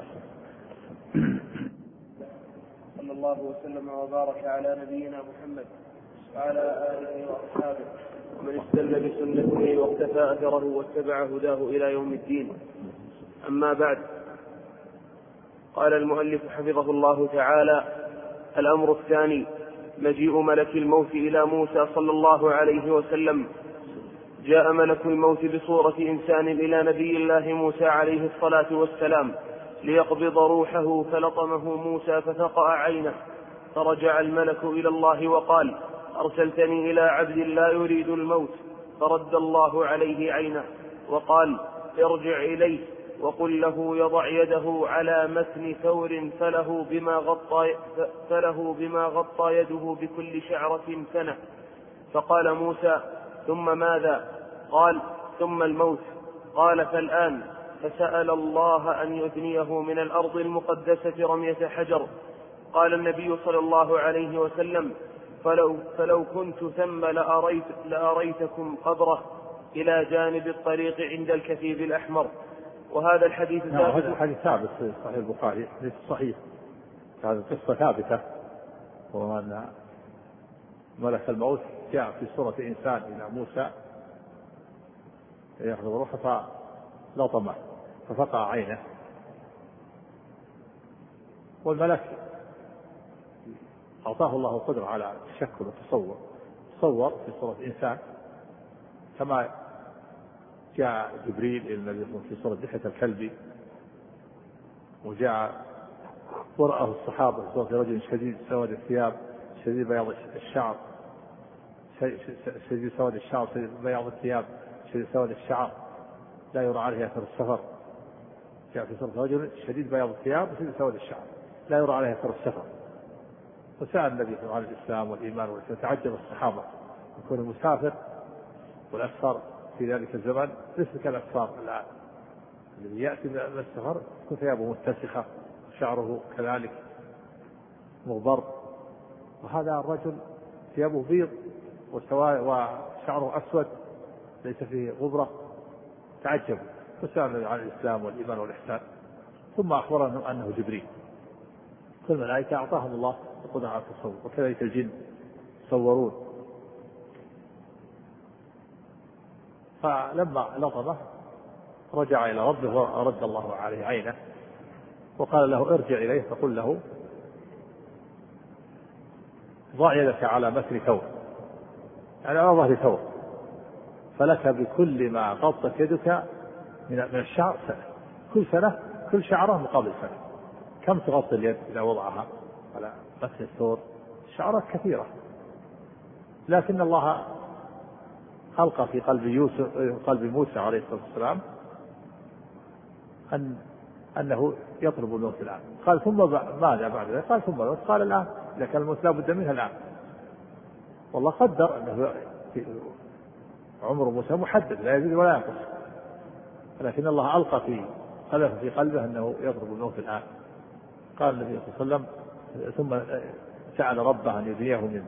صلى الله وسلم وبارك على نبينا محمد وعلى آله وأصحابه ومن استنى بسنته واقتفى أثره واتبع هداه إلى يوم الدين. أما بعد، قال المؤلف حفظه الله تعالى: الأمر الثاني مجيء ملك الموت إلى موسى صلى الله عليه وسلم. جاء ملك الموت بصورة إنسان إلى نبي الله موسى عليه الصلاة والسلام ليقبض روحه، فلطمه موسى ففقع عينه، فرجع الملك إلى الله وقال: أرسلتني إلى عبد لا يريد الموت، فرد الله عليه عينه وقال: ارجع إليه وقل له يضع يده على متن ثور فله بما غطى, فله بما غطى يده بكل شعرة سنة. فقال موسى: ثم ماذا؟ قال: ثم الموت. قال: فالآن. فسأل الله أن يدنيه من الأرض المقدسة رمية حجر. قال النبي صلى الله عليه وسلم: فلو, فلو كنت ثم لأريت لأريتكم قبره إلى جانب الطريق عند الكثيب الأحمر. وهذا الحديث ثابت. هذا الحديث ثابت في صحيح البخاري، حديث صحيح، هذه قصة ثابتة، وأن ملك الموت جاء في صورة إنسان إلى موسى يأخذ روحه فلطمه ففقع عينه، والملك أعطاه الله القدرة على التشكل والتصور، تصور في صورة إنسان كما جاء جبريل إلى النبي في صورة دحية الكلب، وجاء ورأه الصحابة في صورة رجل شديد سواد الثياب شديد بياض الشعر شديد سواد الشعر شديد بياض الثياب شديد سواد الشعر لا يرى عليه أثر السفر. جاء في صورة رجل شديد بياض الثياب وشديد سواد الشعر لا يرى عليه أثر السفر. وسأل النبي عن الإسلام والإيمان والإسلام. تعجب الصحابة يكون المسافر والأسفار في ذلك الزمن ليس كالأسفار الآن، الذي يأتي من السفر تكون ثيابه متسخة شعره كذلك مغبر، وهذا الرجل ثيابه بيض وشعره أسود ليس فيه غبرة. تعجب وسأل عن الإسلام والإيمان والإحسان، ثم أخبرنا أنه جبريل. كل الملائكة أعطاهم الله القدرة على التصور، وكذلك الجن يصورون. فلما لطمه رجع إلى ربه ورد الله عليه عينه، وقال له ارجع إليه فقل له ضع يدك على متن ثوب، يعني على ظهر ثوب، فلك بكل ما غطت يدك من الشعر سنة، كل سنة كل شعرة مقابل سنة. كم تغطي اليد إذا وضعها على متن الثوب؟ شعرات كثيرة، لكن الله ألقى في قلب يوسف قلب موسى عليه الصلاة والسلام أن أنه يطلب الموت الآن. قال ثم ماذا بعد ذلك؟ قال ثم الموت. قال الآن، إذا كان الموت لا بد منها الآن. والله قدر أنه عمر موسى محدد لا يزيد ولا ينقص، لكن الله ألقى في قذف في قلبه أنه يطلب الموت الآن. قال النبي صلى الله عليه وسلم ثم سأل ربه أن يدنيه من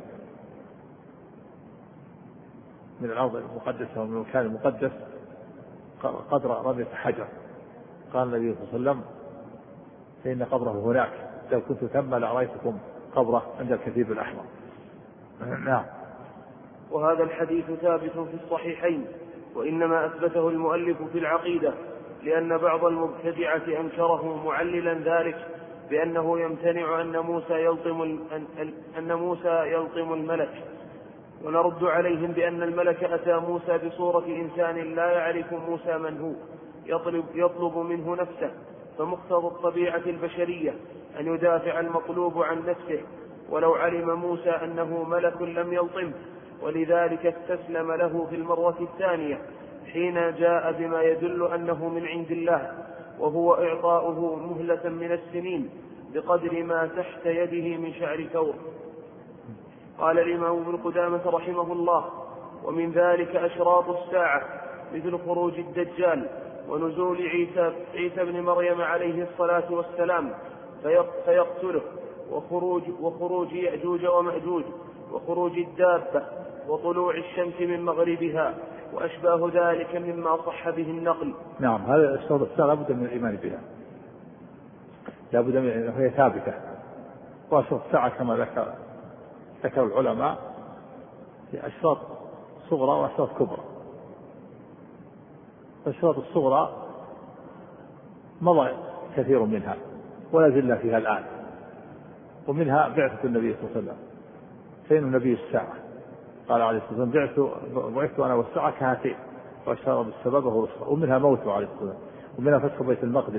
من الأرض المقدسة ومن المكان المقدس قدر رمية حجر. قال النبي صلى الله عليه وسلم فإن قبره هناك، لو كنت ثم لرأيتكم قبره عند الكثيب الأحمر. نعم. وهذا الحديث ثابت في الصحيحين، وإنما أثبته المؤلف في العقيدة لأن بعض المبتدعة أنكره معللا ذلك بأنه يمتنع أن موسى يلطم أن, أن موسى يلطم الملك، ونرد عليهم بأن الملك أتى موسى بصورة إنسان لا يعرف موسى من هو، يطلب, يطلب منه نفسه، فمقتضى الطبيعة البشرية أن يدافع المطلوب عن نفسه، ولو علم موسى أنه ملك لم يلطمه، ولذلك استسلم له في المرة الثانية حين جاء بما يدل أنه من عند الله، وهو إعطاؤه مهلة من السنين بقدر ما تحت يده من شعر ثور. قال الإمام ابن قدامة رحمه الله: ومن ذلك أشراط الساعة مثل خروج الدجال ونزول عيسى, عيسى بن مريم عليه الصلاة والسلام فيقتله، وخروج, وخروج يأجوج ومأجوج، وخروج الدابة، وطلوع الشمس من مغربها، وأشباه ذلك مما صح به النقل. نعم، هذا أشراط الساعة لابد من الإيمان بها، لابد من أنها هي ثابتة. وأشراط الساعة كما ذكر ذكر العلماء في أشراط صغرى وأشراط كبرى. الأشراط الصغرى مضى كثير منها ولا زلنا فيها الآن، ومنها بعثة النبي صلى الله عليه وسلم، فإنه نبي الساعة. قال عليه الصلاة والسلام: بعثت أنا والساعة كهاتين، وأشار بالسبب وهو الصلاة. ومنها موته عليه الصلاة والسلام، ومنها فتح بيت المقدس،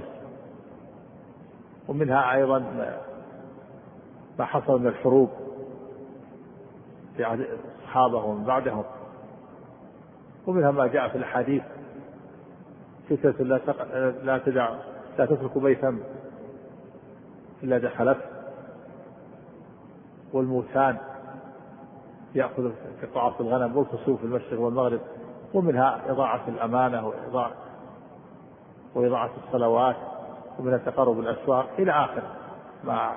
ومنها أيضا ما حصل من الحروب في عهد الصحابة ومن بعدهم، ومنها ما جاء في الحديث: فتنة لا لا تدع لا تترك بيتا إلا دخلت، والموتان يأخذ قطعة الغنم والفسوق في المشرق والمغرب، ومنها إضاعة الأمانة وإضاعة وإضاعة الصلوات، ومنها تقرب الأسواق إلى آخر ما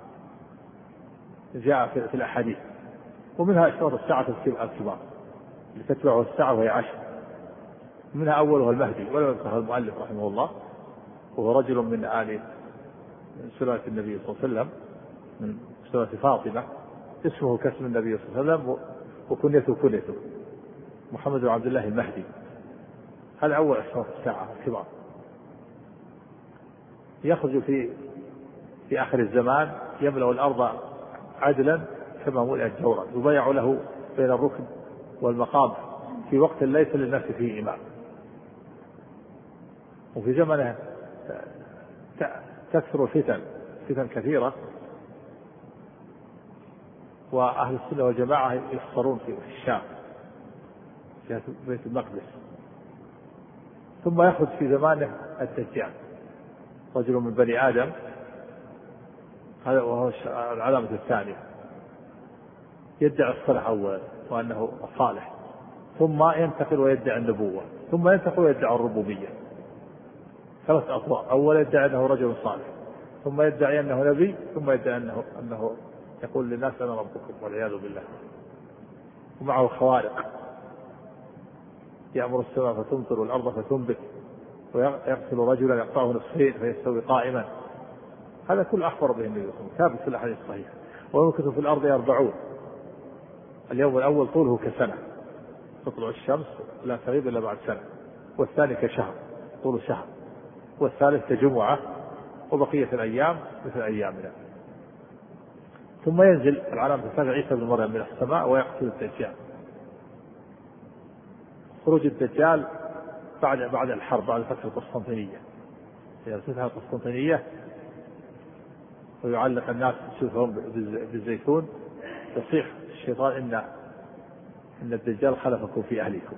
جاء في الأحاديث. ومنها أشراط الساعة الكبار اللي تتبعه الساعة وهي عشر، منها أولها المهدي، ولو ذكرها المؤلف رحمه الله، وهو رجل من آل من سلالة النبي صلى الله عليه وسلم، من سلالة فاطمة، اسمه كاسم النبي صلى الله عليه وسلم وكنيته كنيته محمد بن عبد الله المهدي. هذا أول أشراط الساعة الكبار. يخرج في في آخر الزمان يملأ الأرض عدلا كما ملئت جورا، يبايع له بين الركن والمقام في وقت ليس للناس فيه إمام. وفي زمنه تكثر الفتن فتن كثيرة، وأهل السنة والجماعة يحصرون في الشام في بيت المقدس. ثم يخرج في زمانه الدجال، رجل من بني آدم، هذا وهو العلامة الثانية، يدعي الصلاح أولا وأنه صالح، ثم ينتقل ويدعي النبوة، ثم ينتقل ويدعي الربوبية. ثلاث أطوار: أولا يدعي أنه رجل صالح، ثم يدعي أنه نبي، ثم يدعي أنه, أنه يقول للناس أنا ربكم والعياذ بالله. ومعه خوارق: يأمر السماء فتمطر والأرض فتنبت، ويغسل رجلا يقطعه نصفين فيستوي قائما. هذا كل أخبر به النبي صلى الله عليه وسلم، ثابت في الأحاديث الصحيحة. ويمكث في الأرض أربعون، اليوم الأول طوله كسنة، تطلع الشمس لا تغيب إلا بعد سنة، والثاني كشهر طول شهر، والثالث كجمعة وبقية الأيام مثل أيامنا. ثم ينزل العلامة الثانية عيسى بن مريم من السماء ويقتل الدجال. خروج الدجال بعد بعد الحرب، بعد فتح القسطنطينية. إذا فتح القسطنطينية ويعلق الناس سيوفهم بالزيتون، يصيح الشيطان إن إن الدجال خلفكم في أهلكم.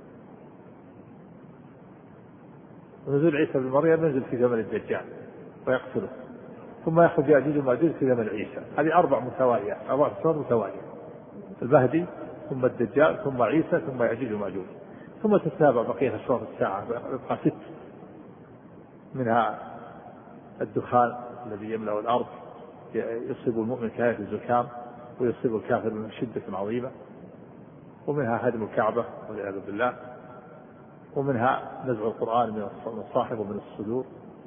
ونزول عيسى بن مريم ينزل في زمن الدجال ويقتله، ثم يخرج يأجوج ومأجوج في زمن عيسى. هذه أربع متوالية، أربع سور متوالية: المهدي ثم الدجال ثم عيسى ثم يأجوج ومأجوج، ثم تتابع بقية أشراط الساعة، يبقى ست، منها الدخان الذي يملأ الأرض يصيب المؤمن كآية الزكام ويصيب الكافر من شدة عظيمة، ومنها هدم الكعبة والعياذ بالله، ومنها نزع القرآن من الصاحب ومن الصدور،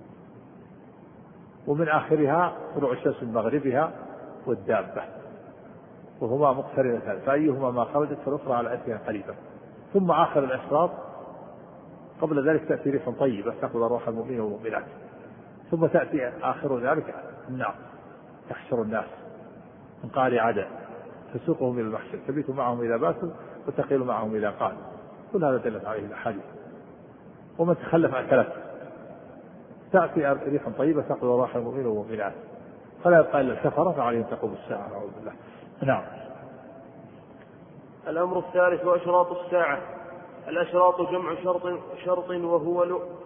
ومن آخرها طلوع الشمس من مغربها والدابة، وهما مقترنتان فأيهما ما خرجت فالأخرى على أثرها قريبا. ثم آخر الأشراط قبل ذلك تأتي ريح طيبة تأخذ أرواح المؤمنين والمؤمنات، ثم تأتي آخر ذلك النار تحشر الناس من قعر عدن تسوقهم إلى المحشر، تبيت معهم إذا باتوا وتقيل معهم إذا قالوا. كل هذا دلت عليه الأحاديث. ومن تخلف أكلته. تأتي ريح طيبة تأخذ أرواح المؤمنين والمؤمنات فلا يبقى إلا الكفرة فعليهم تقوم الساعة. أعوذ بالله. نعم. الأمر الثالث وأشراط الساعة. الأشراط جمع شرط شرط وهو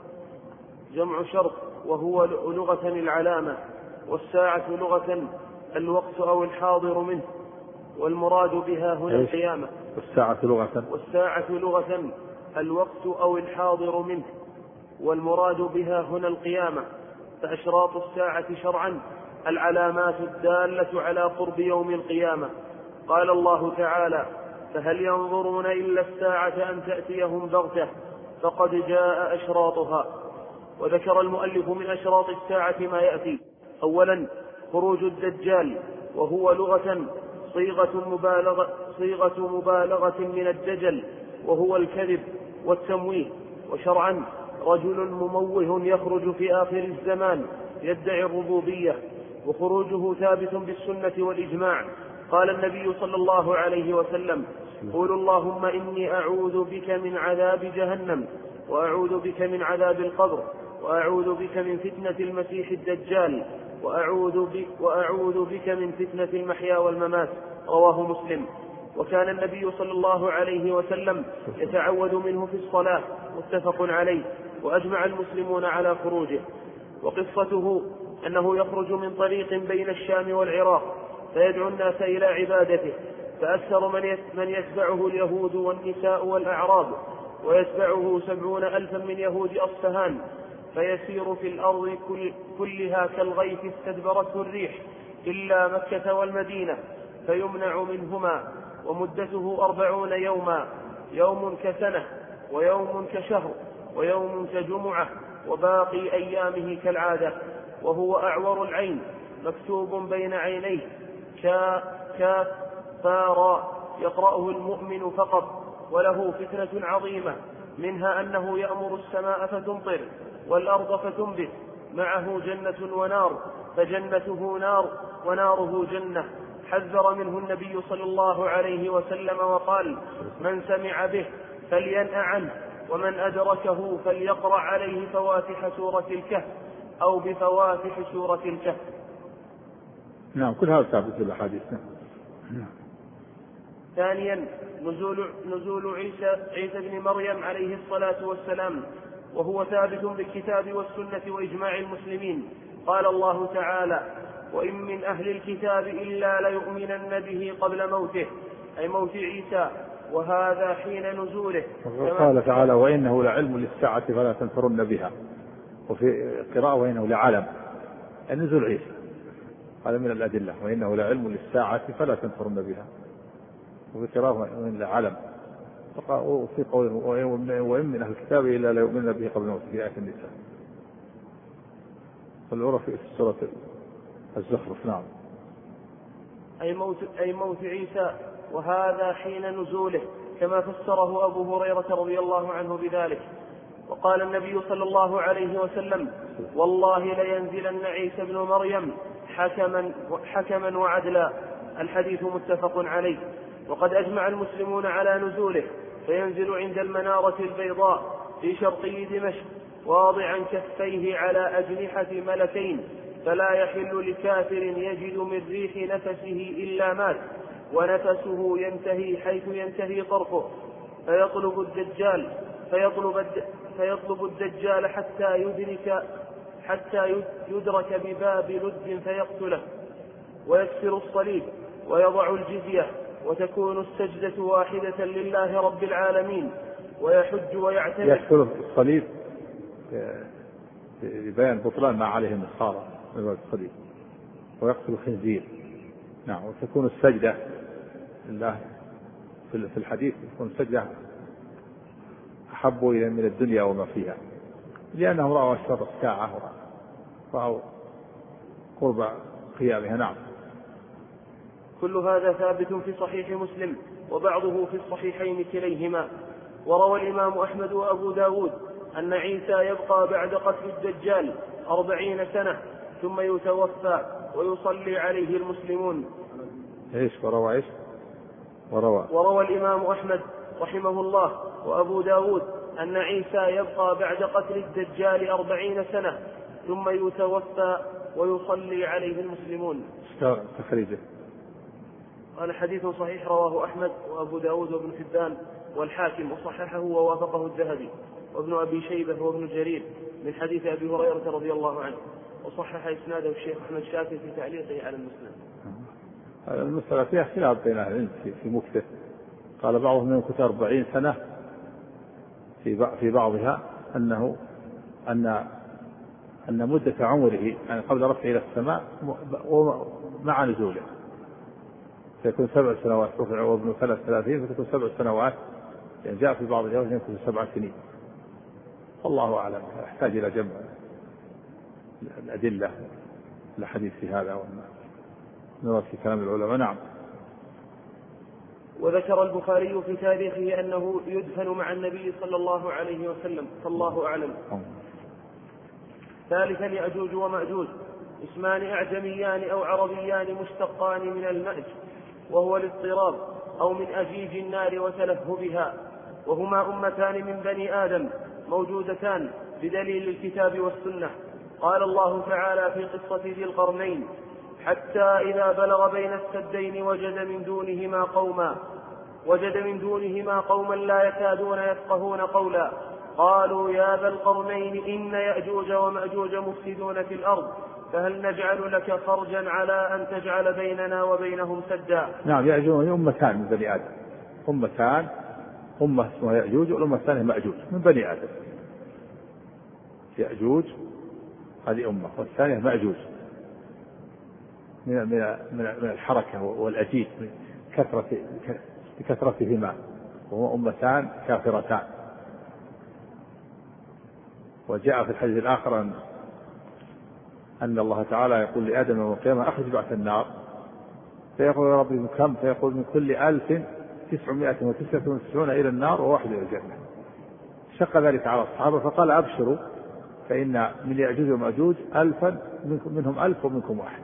جمع شرط وهو لغة العلامة، والساعة لغة الوقت أو الحاضر منه، والمراد بها هنا القيامة. والساعة لغة والساعة لغة الوقت أو الحاضر منه، والمراد بها هنا القيامة. فأشراط الساعة شرعا العلامات الدالة على قرب يوم القيامة. قال الله تعالى: فهل ينظرون إلا الساعة أن تأتيهم بغتة فقد جاء أشراطها. وذكر المؤلف من أشراط الساعة ما يأتي: أولا خروج الدجال، وهو لغة صيغة مبالغة, صيغة مبالغة من الدجل، وهو الكذب والتمويه. وشرعا رجل مموه يخرج في آخر الزمان يدعي الربوبية، وخروجه ثابت بالسنة والإجماع. قال النبي صلى الله عليه وسلم: قولوا اللهم إني أعوذ بك من عذاب جهنم، وأعوذ بك من عذاب القبر، وأعوذ بك من فتنة المسيح الدجال، وأعوذ بك, وأعوذ بك من فتنة المحيا والممات. رواه مسلم. وكان النبي صلى الله عليه وسلم يتعوذ منه في الصلاة، متفق عليه، وأجمع المسلمون على خروجه. وقصته أنه يخرج من طريق بين الشام والعراق فيدعو الناس إلى عبادته، فأكثر من يتبعه اليهود والنساء والأعراب، ويتبعه سبعون ألفا من يهود أصفهان، فيسير في الأرض كل كلها كالغيث استدبرته الريح إلا مكة والمدينة فيمنع منهما، ومدته أربعون يوما، يوم كسنة ويوم كشهر ويوم كجمعة، وباقي أيامه كالعادة. وهو أعور العين مكتوب بين عينيه كاف فارا يقرأه المؤمن فقط، وله فتنة عظيمة، منها أنه يأمر السماء فتمطر والأرض فتنبت، معه جنة ونار، فجنته نار وناره جنة. حذر منه النبي صلى الله عليه وسلم وقال: من سمع به فلينأ عنه، ومن أدركه فليقرأ عليه فواتح سورة الكهف أو بفواتح سورة الكهف. نعم، كل هذا ثابت في الأحاديث. نعم. ثانيا نزول, نزول عيسى, عيسى بن مريم عليه الصلاة والسلام، وهو ثابت بالكتاب والسنة وإجماع المسلمين. قال الله تعالى: وإن من أهل الكتاب إلا ليؤمنن به قبل موته، أي موت عيسى، وهذا حين نزوله. قال تعالى: وإنه لعلم للساعة فلا تنفرن بها. وفي قراءة: وإنه لعلم نزول عيسى، هذا من الأدلة. وإنه لعلم للساعة فلا تنفرن بها. وفي قراءة: وإن لعلم. وفي قول: وإن من أهل الكتاب إلا ليؤمنن به قبل موته، في آية النساء. والعرف في سورة الزخرف. نعم. أي موت, أي موت عيسى، وهذا حين نزوله، كما فسره أبو هريرة رضي الله عنه بذلك. وقال النبي صلى الله عليه وسلم: والله لينزلن عيسى ابن مريم حكما, حكما وعدلا. الحديث متفق عليه. وقد أجمع المسلمون على نزوله، فينزل عند المنارة البيضاء في شرقي دمشق واضعا كفيه على أجنحة ملكين، فلا يحل لكافر يجد من ريح نفسه إلا مات، ونفسه ينتهي حيث ينتهي طرفه، فيطلب الدجال فيطلب, الد... فيطلب الدجال حتى يدرك حتى يدرك بباب لد فيقتله، ويكسر الصليب ويضع الجزية، وتكون السجدة واحدة لله رب العالمين، ويحج ويعتمر. يكسر الصليب لبيان بطلان ما عليه النصارى من الصليب، ويقتل الخنزير. نعم. وتكون السجدة لله في الحديث، تكون السجدة أحب إلى من الدنيا وما فيها، لأنه رأوا أشراط الساعة ورأوا قرب قيامها. نعم. كل هذا ثابت في صحيح مسلم، وبعضه في الصحيحين كليهما. وروى الإمام أحمد وأبو داود أن عيسى يبقى بعد قتل الدجال أربعين سنة ثم يتوفى ويصلي عليه المسلمون. إيش وروى إيش وروى وروى الإمام أحمد رحمه الله وأبو داود أن عيسى يبقى بعد قتل الدجال أربعين سنة ثم يتوفى ويصلي عليه المسلمون. تخريجه. قال: حديث صحيح رواه أحمد وأبو داود وابن حبان والحاكم، وصححه ووافقه الذهبي وابن أبي شيبة وابن جرير من حديث أبي هريرة رضي الله عنه، وصحح إسناده الشيخ أحمد شاكر في تعليقه على المسند. المسألة فيها خلاف بين أهل العلم في مكته. قال بعضهم يمكث أربعين سنة في في بعضها أنه أن أن مدة عمره يعني قبل رفعه إلى السماء مع نزوله سيكون سبع سنوات، رفع وابن ثلاث ثلاثين فتكون سبع سنوات، يعني جاء في بعض الروايات يمكن سبع سنين. والله أعلم، يحتاج إلى جمع الأدلة الحديث في هذا ونرى في كلام العلماء. نعم. وذكر البخاري في تاريخه أنه يدفن مع النبي صلى الله عليه وسلم، فالله أعلم. ثالثا: يأجوج ومأجوج اسمان أعجميان أو عربيان مشتقان من المأج، وهو الاضطراب أو من أجيج النار وتلهبها، وهما أمتان من بني آدم موجودتان بدليل الكتاب والسنة. قال الله تعالى في قصة ذي القرنين: حتى إذا بلغ بين السدين وجد من دونهما قوما وجد من دونهما قوما لا يكادون يفقهون قولا، قالوا يا ذا القرنين إن يأجوج ومأجوج مفسدون في الأرض فهل نجعل لك خرجا على أن تجعل بيننا وبينهم سدا. نعم. يأجوج أمتان من بني آدم، أمتان، أمة اسمها يأجوج والأمة الثانية مأجوج من بني آدم. يأجوج هذه أمة والثانية مأجوج من من من الحركة والأجيج كثرة بكثرتهما، وهما أمتان كافرتان. وجاء في الحديث الآخر أن أن الله تعالى يقول لآدم يوم القيامة: أخرج بعث النار، فيقول يا ربي كم؟ فيقول من كل ألف تسعمائة وتسعة وتسعون إلى النار وواحد إلى الجنة. شق ذلك على الصحابة فقال: أبشروا فإن من يأجوج ومأجوج ألفا منهم ألف ومنكم واحد.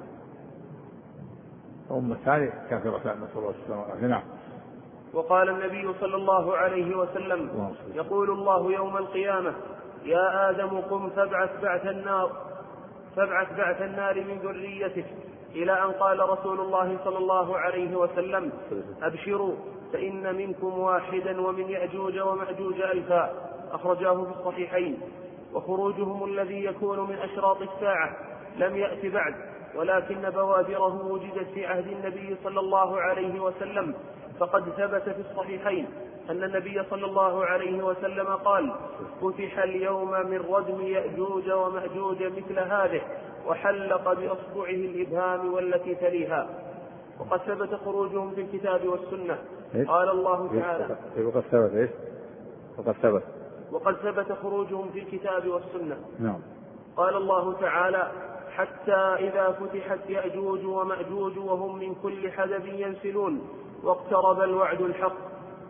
أمة ثانية كافرتان، نسأل الله السلامة والعافية. نعم. وقال النبي صلى الله عليه وسلم: يقول الله يوم القيامة: يا آدم قم فابعث بعث النار فابعث بعث النار من ذريتك، إلى أن قال رسول الله صلى الله عليه وسلم: أبشروا فإن منكم واحدا ومن يأجوج ومأجوج ألفا. أخرجاه في الصحيحين. وخروجهم الذي يكون من أشراط الساعة لم يأت بعد، ولكن بوادره وجدت في عهد النبي صلى الله عليه وسلم. فقد ثبت في الصحيحين أن النبي صلى الله عليه وسلم قال: فتح اليوم من ردم يأجوج ومأجوج مثل هذه، وحلق بأصبعه الإبهام والتي تليها. وقد ثبت خروجهم في الكتاب والسنة. قال الله تعالى: وقد ثبت إيش؟ وقد ثبت وقد ثبت خروجهم في الكتاب والسنة. نعم. قال الله تعالى: حتى إذا فتحت يأجوج ومأجوج وهم من كل حدب ينسلون واقترب الوعد الحق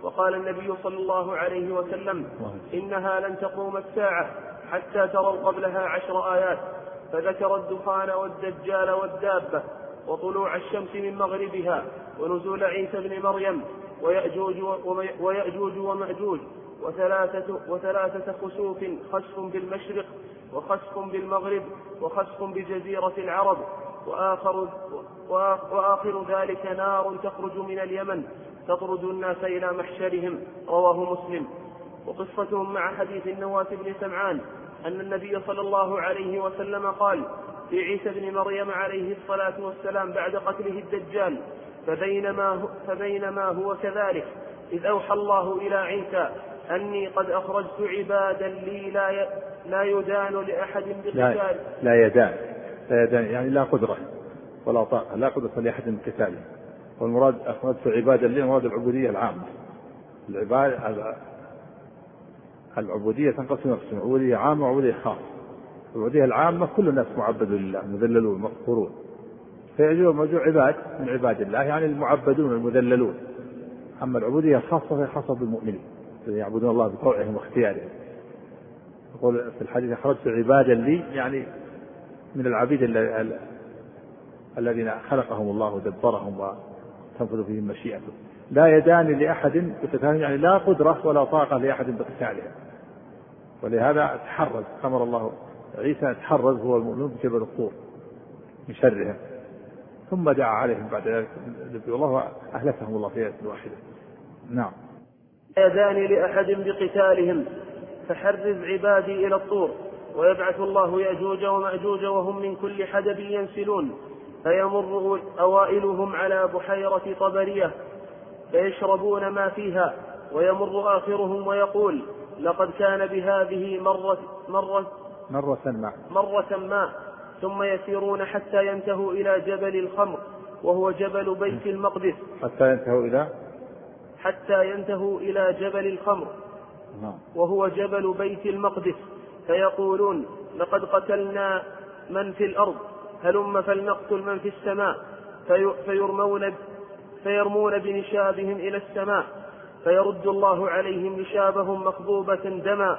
وقال النبي صلى الله عليه وسلم إنها لن تقوم الساعة حتى تروا قبلها عشر آيات، فذكر الدخان والدجال والدابة وطلوع الشمس من مغربها ونزول عيسى بن مريم ويأجوج, ويأجوج ومأجوج وثلاثة, وثلاثة خسوف، خسف بالمشرق وخسف بالمغرب وخسف بجزيرة العرب، وآخر, وآخر ذلك نار تخرج من اليمن تطرد الناس إلى محشرهم. رواه مسلم. وقصتهم مع حديث النواس بن سمعان أن النبي صلى الله عليه وسلم قال في عيسى بن مريم عليه الصلاة والسلام بعد قتله الدجال: فبينما هو, فبينما هو كذلك إذ أوحى الله إلى عيسى أني قد أخرجت عبادا لي لا لا يدان لأحد بقتال. لا, لا يدان لا يدان يعني لا قدرة ولا طاقة، لا قدرة لأحد بقتاله. والمراد أخرجت عبادا لي مراد العبودية العامة. العبادة العبودية تنقسم قسمين: عبودية عامة وعبودية خاصة. العبودية العامة كل الناس معبدون لله مذللون مقهورون، فيجوا موجود عباد من عباد الله يعني المعبدون المذللون. أما العبودية الخاصة فهي خاصة بالمؤمنين الذين يعبدون الله بطوعهم واختيارهم. يقول في الحديث: أخرجت عبادا لي يعني من العبيد الذين خلقهم الله ودبرهم وتنفذ فيهم مشيئته. لا يدان لأحد بقتالهم يعني لا قدرة ولا طاقة لأحد بقتالهم. ولهذا تحرز أمر الله عيسى تحرز هو المؤمنون بجبل الطور من شرهم، ثم دعا عليهم بعد ذلك نبي الله وأهلكهم الله في آية واحدة. نعم. لا يدان لأحد بقتالهم فحرز عبادي إلى الطور، ويبعث الله يأجوج ومأجوج وهم من كل حدب ينسلون، فيمر أوائلهم على بحيرة طبرية فيشربون ما فيها، ويمر آخرهم ويقول: لقد كان بهذه مرة مرة مرة ما مرة ما ثم يسيرون حتى ينتهوا إلى جبل الخمر وهو جبل بيت المقدس حتى ينتهوا إلى حتى ينتهوا إلى جبل الخمر وهو جبل بيت المقدس، فيقولون: لقد قتلنا من في الأرض هلم فلنقتل من في السماء، في فيرمون فيرمون بنشابهم إلى السماء، فيرد الله عليهم نشابهم مخضوبة دما،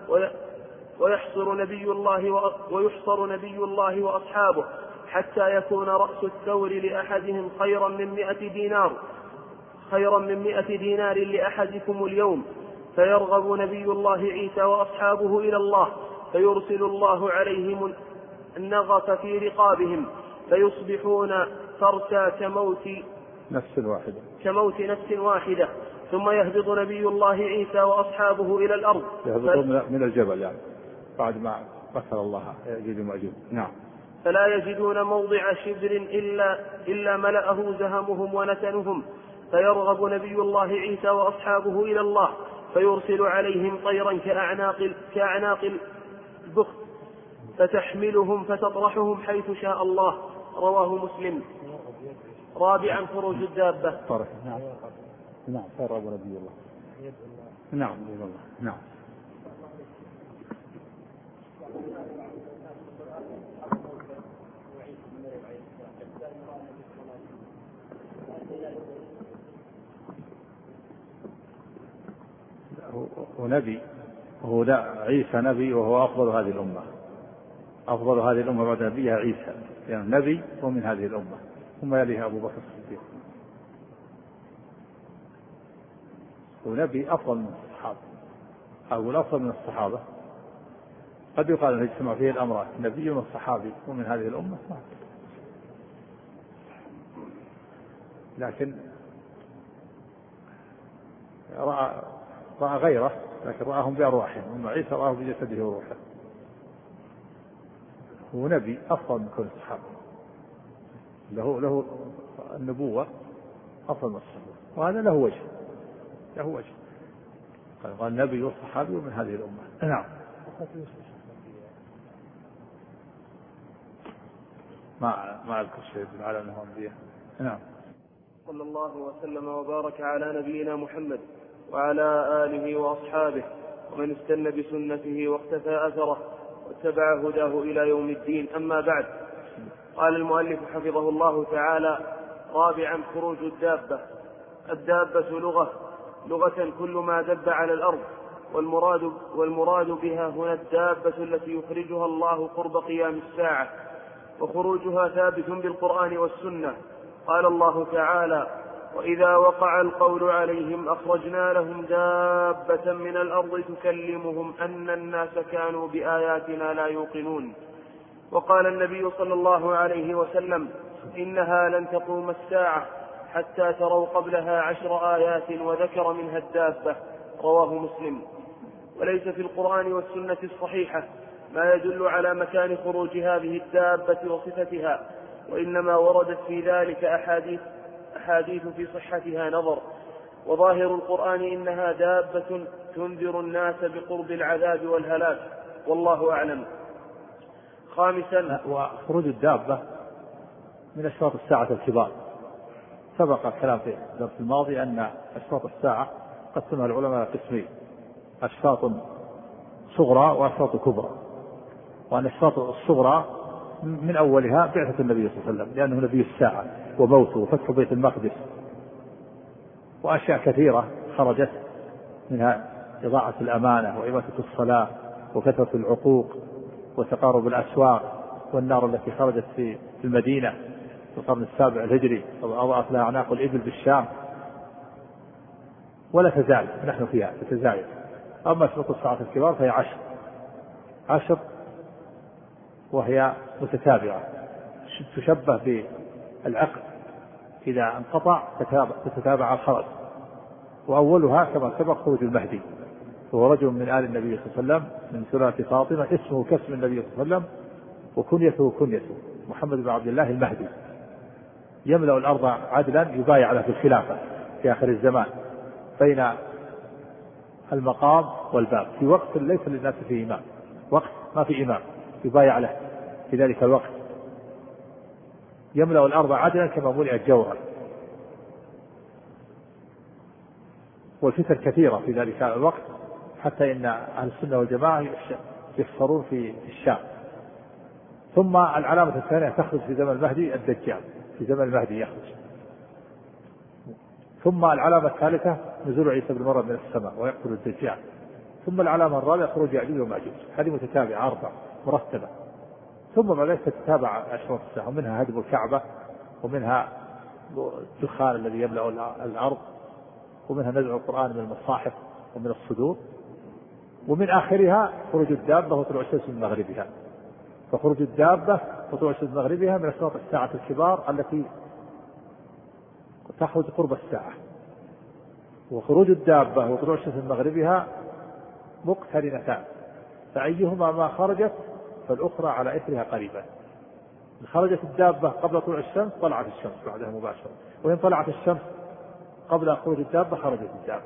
ويحصر نبي الله ويحصر نبي الله وأصحابه حتى يكون رأس الثور لأحدهم خيرا من مئة دينار خيرا من مئة دينار لأحدكم اليوم، فيرغب نبي الله عيسى وأصحابه إلى الله، فيرسل الله عليهم النغف في رقابهم، فيصبحون فرسا كموت نفس واحدة كموت نفس واحدة. ثم يهبط نبي الله عيسى وأصحابه إلى الأرض، يهبطون من الجبل يعني بعد ما قتل الله يأجوج ومأجوج. نعم. فلا يجدون موضع شبر إلا, إلا ملأه زهمهم ونتنهم، فيرغب نبي الله عيسى وأصحابه إلى الله، فيرسل عليهم طيرا كأعناق, كأعناق البخت فتحملهم فتطرحهم حيث شاء الله. رواه مسلم. رابعا خروج الدابة. نعم نعم فيرغب نبي الله. نعم نعم. هو نبي وهو عيسى نبي وهو أفضل هذه الأمة. أفضل هذه الأمة بعد نبيها عيسى يعني نبي ومن هذه الأمة، ثم يليها أبو بكر الصديق. ونبي أفضل من الصحابة أو الأفضل من الصحابة. قد يقال أن يجتمع فيه الأمران نبي والصحابي ومن هذه الأمة، لكن رأى رأى غيره لكن رآهم بأرواحهم، أما عيسى رآه بجسده وروحه. هو نبي أفضل من كل الصحابة، له له النبوة أفضل من الصحابة، وهذا له وجه له وجه قال النبي والصحابي ومن هذه الأمة. نعم. ما ما أذكر شيء على أنه أنبياء. نعم. صلى الله وسلم وبارك على نبينا محمد وعلى آله وأصحابه ومن استنى بسنته واقتفى أثره واتبع هداه إلى يوم الدين. أما بعد، قال المؤلف حفظه الله تعالى: رابعا خروج الدابة. الدابة لغة لغة كل ما دب على الأرض، والمراد, والمراد بها هنا الدابة التي يخرجها الله قرب قيام الساعة، وخروجها ثابت بالقرآن والسنة. قال الله تعالى: وإذا وقع القول عليهم أخرجنا لهم دابة من الأرض تكلمهم أن الناس كانوا بآياتنا لا يوقنون. وقال النبي صلى الله عليه وسلم: إنها لن تقوم الساعة حتى تروا قبلها عشر آيات، وذكر منها الدابة. رواه مسلم. وليس في القرآن والسنة الصحيحة ما يدل على مكان خروج هذه الدابة وصفتها، وإنما وردت في ذلك أحاديث, أحاديث في صحتها نظر، وظاهر القرآن إنها دابة تنذر الناس بقرب العذاب والهلاك، والله أعلم. خامسا، وخروج الدابة من أشراط الساعة الكبار. سبق الكلام في الدرس الماضي أن أشراط الساعة قسمها العلماء قسمين: أشراط صغرى وأشراط كبرى. وأن الأشراط الصغرى من أولها بعثة النبي صلى الله عليه وسلم، لأنه نبي الساعة وموته وفتح بيت المقدس، وأشياء كثيرة خرجت منها: إضاعة الأمانة، وإماتة الصلاة، وكثرة العقوق، وتقارب الأسواق، والنار التي خرجت في المدينة في القرن السابع الهجري وأضاءت لها أعناق الإبل بالشام، ولا تزال نحن فيها تتزايد. أما أشراط الساعة الكبار فهي عشر عشر وهي متتابعة، تشبه بالعقد إذا انقطع تتابع الخرج. وأولها كما سبق خروج المهدي، وهو رجل من آل النبي صلى الله عليه وسلم من سلالة فاطمة، اسمه كاسم النبي صلى الله عليه وسلم، وكنيته كنيته محمد بن عبد الله المهدي، يملأ الأرض عدلا، يبايع له في الخلافة في آخر الزمان بين المقام والباب، في وقت ليس للناس فيه إمام، وقت ما في إمام يبايع له في ذلك الوقت، يملأ الأرض عدلا كما ملئت جورا. والفتن كثيرة في ذلك الوقت، حتى إن أهل السنة والجماعة يحصرون في الشام. ثم العلامة الثانية تخرج في زمن المهدي الدجال، في زمن المهدي يخرج. ثم العلامة الثالثة نزول عيسى بن مريم من السماء ويقتل الدجال. ثم العلامة الرابعة خروج يأجوج ومأجوج. هذه متتابعة أربع مرتبة. ثم بعد ذلك تتابع أشراط الساعة، ومنها هدم الكعبة، ومنها الدخان الذي يملأ الأرض، ومنها نزع القرآن من المصاحف ومن الصدور، ومن آخرها خروج الدابة وطلوع الشمس من مغربها. فخروج الدابة وطلوع الشمس من مغربها من أشراط الساعة الكبار التي تخرج قرب الساعة. وخروج الدابة وطلوع الشمس من مغربها مقترنتان، فأيهما ما خرجت فالأخرى على إثرها قريبا. إن خرجت الدابة قبل طلوع الشمس طلعت الشمس بعدها مباشرة، وإن طلعت الشمس قبل خروج الدابة خرجت الدابة.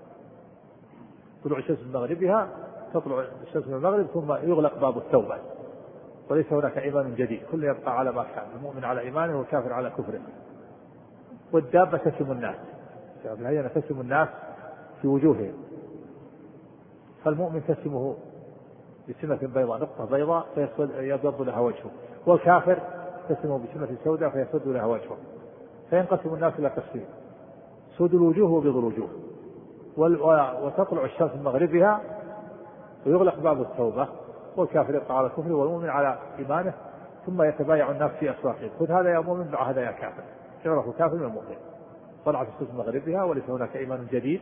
طلوع الشمس من مغربها تطلع الشمس من المغرب، ثم يغلق باب التوبة، وليس هناك إيمان جديد، كل يبقى على ما كان، المؤمن على إيمانه والكافر على كفره. والدابة تسم الناس، هي تسم الناس في وجوههم، فالمؤمن تسمه بسمة بيضاء، نقطة بيضاء فيبيض لها وجهه، والكافر تسمه بسمة سوداء فيسود لها وجهه. فينقسم الناس إلى قسمين: سود الوجوه وبيض الوجوه. وتطلع الشمس من مغربها ويغلق باب التوبة، والكافر يبقى على كفره والمؤمن على إيمانه، ثم يتبايع الناس في أسواقهم: خذ هذا يا مؤمن، مع هذا يا كافر، يعرف كافر من المؤمن. طلعت الشمس من مغربها وليس هناك إيمان جديد.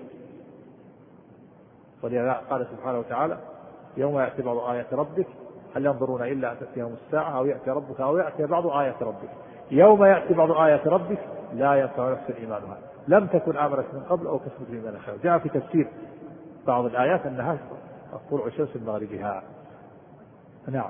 ولذا قال سبحانه وتعالى: يوم يأتي بعض آيات ربك هل ينظرون إلا أن تأتيهم الساعة أو يأتي ربك أو يأتي بعض آيات ربك. يوم يأتي بعض آيات ربك لا ينفع نفس إيمانها لم تكن آمنت من قبل أو كسبت في إيمانها خيرا. جاء في تفسير بعض الآيات أنها طلوع الشمس من مغربها. نعم.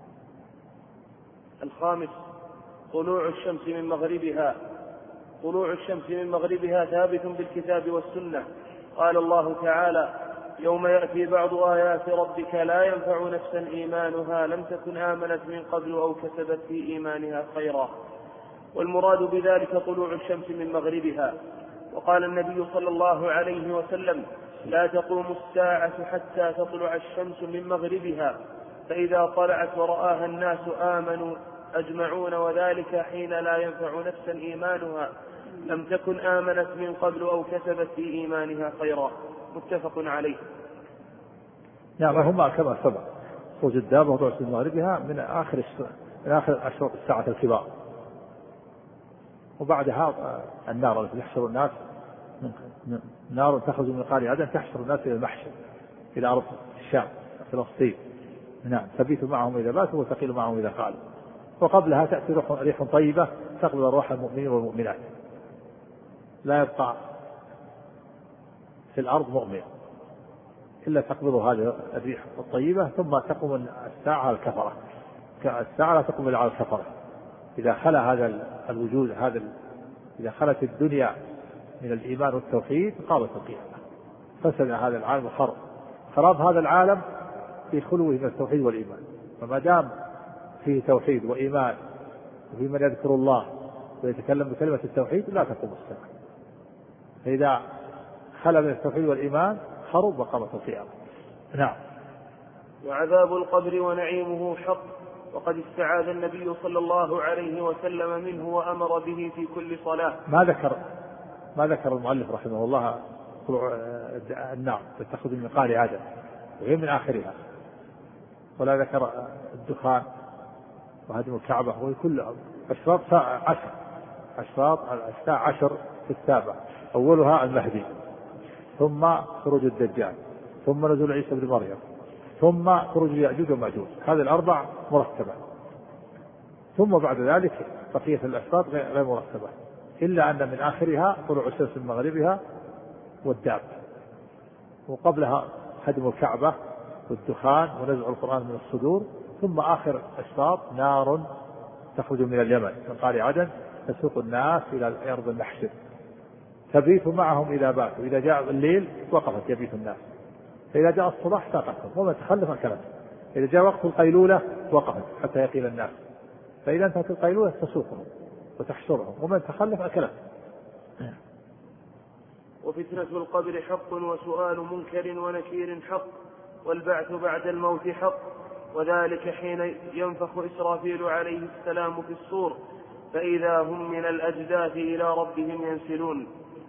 الخامس: طلوع الشمس من مغربها. طلوع الشمس من مغربها ثابت بالكتاب والسنة. قال الله تعالى: يوم يأتي بعض آيات ربك لا ينفع نفسا إيمانها لم تكن آمنت من قبل أو كسبت في إيمانها خيرا. والمراد بذلك طلوع الشمس من مغربها. وقال النبي صلى الله عليه وسلم: لا تقوم الساعة حتى تطلع الشمس من مغربها، فإذا طلعت ورآها الناس آمنوا أجمعون، وذلك حين لا ينفع نفسا إيمانها لم تكن آمنت من قبل أو كسبت في إيمانها خيرا. متفق عليه. نعم، هما كما سبق خروج الدابة وطلوع من مغربها من آخر من آخر أشراط الساعة الكبار، وبعدها النار التي يحشر الناس، نار تخرج من قعر عدن تحشر الناس إلى المحشر إلى أرض الشام فلسطين. نعم، تبيت معهم إذا باتوا وتقيل معهم إذا قالوا. وقبلها تأتي ريح طيبة تقبل أرواح المؤمنين والمؤمنات، لا يبقى في الأرض مؤمن إلا تقبض هذه الريح الطيبة، ثم تقوم الساعة على الكفرة. الساعة لا تقوم على الكفرة إذا خلا هذا الوجود، هذا إذا خلت الدنيا من الإيمان والتوحيد قامت القيامة. فسد هذا العالم وخرب، خراب هذا العالم في خلوه من التوحيد والإيمان. فما دام فيه توحيد وإيمان وفي من يذكر الله ويتكلم بكلمة التوحيد لا تقوم الساعة. فإذا خلى من التوحيد والإيمان خرب وقامت القيامة. نعم. وعذاب القبر ونعيمه حق، وقد استعاذ النبي صلى الله عليه وسلم منه وأمر به في كل صلاة. ما ذكر ما ذكر المؤلف رحمه الله النار تتخذ من قعر عدن وهي من آخرها، ولا ذكر الدخان وهدم الكعبة وكل أشراط عشر أشراط الساعة عشر في السابع، أولها المهدي، ثم خروج الدجال، ثم نزول عيسى بن مريم، ثم خروج يأجوج ومأجوج. هذه الأربع مرتبة، ثم بعد ذلك بقية الأشراط غير مرتبة، إلا أن من آخرها طلوع الشمس من مغربها والدابة، وقبلها هدم الكعبة والدخان ونزع القرآن من الصدور، ثم آخر أشراط نار تخرج من اليمن من قعر عدن تسوق الناس إلى أرض المحشر، تبيت معهم إذا باتوا، إذا جاء الليل وقفت يبيت الناس، فإذا جاء الصباح ساقتهم ومن تخلف أكلت، إذا جاء وقت القيلولة وقفت حتى يقيل الناس، فإذا انتهت القيلولة تسوقهم وتحشرهم ومن تخلف أكلت. وفتنة القبر حق، وسؤال منكر ونكير حق، والبعث بعد الموت حق، وذلك حين ينفخ إسرافيل عليه السلام في الصور فإذا هم من الأجداث إلى ربهم ينسلون.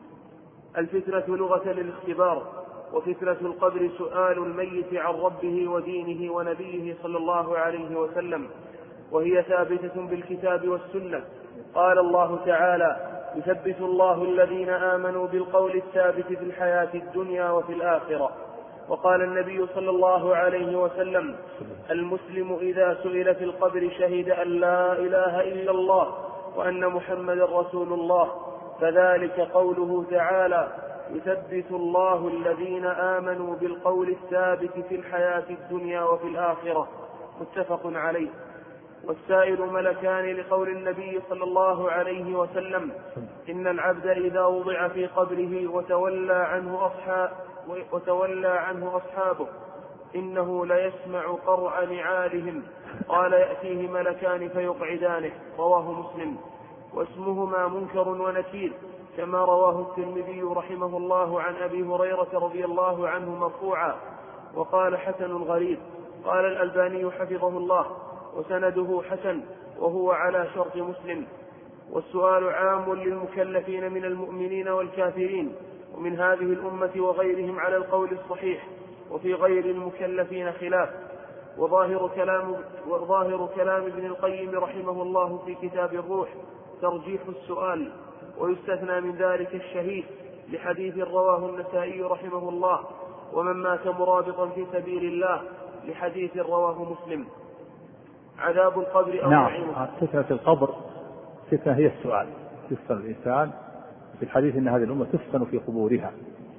الفتنة لغة للاختبار، وفتنة القبر سؤال الميت عن ربه ودينه ونبيه صلى الله عليه وسلم، وهي ثابتة بالكتاب والسنة. قال الله تعالى: يثبت الله الذين آمنوا بالقول الثابت في الحياة الدنيا وفي الآخرة. وقال النبي صلى الله عليه وسلم: المسلم إذا سئل في القبر شهد أن لا إله إلا الله وأن محمد رسول الله، فذلك قوله تعالى: يثبت الله الذين آمنوا بالقول الثابت في الحياة الدنيا وفي الآخرة. متفق عليه. والسائل ملكان لقول النبي صلى الله عليه وسلم: إن العبد إذا وضع في قبره وتولى عنه أصحاب وتولى عنه أصحابه إنه ليسمع قرع نعالهم، قال: يأتيه ملكان فيقعدانه. رواه مسلم. واسمهما منكر ونكير، كما رواه الترمذي رحمه الله عن أبي هريرة رضي الله عنه مرفوعا، وقال: حسن غريب. قال الألباني حفظه الله: وسنده حسن، وهو على شرط مسلم. والسؤال عام للمكلفين من المؤمنين والكافرين ومن هذه الأمة وغيرهم على القول الصحيح، وفي غير المكلفين خلاف. وظاهر كلام, وظاهر كلام ابن القيم رحمه الله في كتاب الروح ترجيح السؤال، ويستثنى من ذلك الشهيد لحديث رواه النسائي رحمه الله: ومن مات مرابطا في سبيل الله، لحديث رواه مسلم. عذاب القبر أو نعيمه. نعم. فتنة القبر فتنة هي السؤال، يفتن الإنسان في الحديث إن هذه الأمة تفتن في قبورها،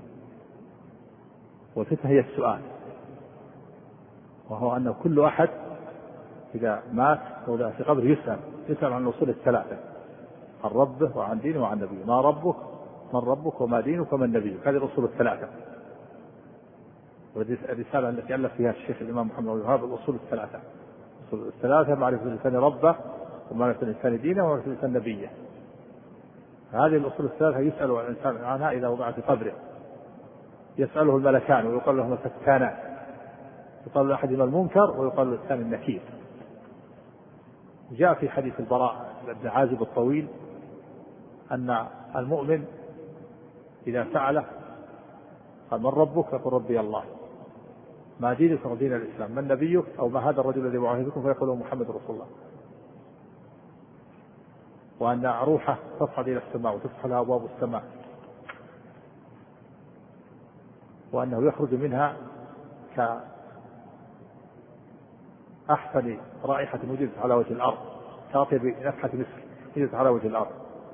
والفتنة هي السؤال، وهو أن كل أحد إذا مات ولا في قبره يسأل يسأل عن الأصول الثلاثة: عن ربه وعن دينه وعن نبيه. ما ربك، من ربك، وما دينك، ومن نبيك. هذه الأصول الثلاثة، والرسالة التي ألف فيها الشيخ الإمام محمد بن وهاب الأصول الثلاثة. الأصول الثلاثة: معرفة الإنسان ربه، ومعرفة الإنسان دينه، ومعرفة الإنسان نبيه. هذه الأصول الثلاثة يسأل الإنسان عنها إذا وضع في قبره، يسأله الملكان ويقال لهما الفتانان، يقال لأحدهما المنكر ويقال للثاني النكير. جاء في حديث البراء بن عازب الطويل أن المؤمن إذا سأله قال من ربك؟ فيقول ربي الله. ما دينك؟ دين الإسلام. من نبيك؟ أو ما هذا الرجل الذي بعث بكم؟ فيقول محمد رسول الله. وأن روحه تصعد إلى السماء وتفتح لها أبواب السماء، وأنه يخرج منها كأحسن رائحة وجدت على وجه الأرض، كأطيب نفحة مسك وجدت على وجه الأرض.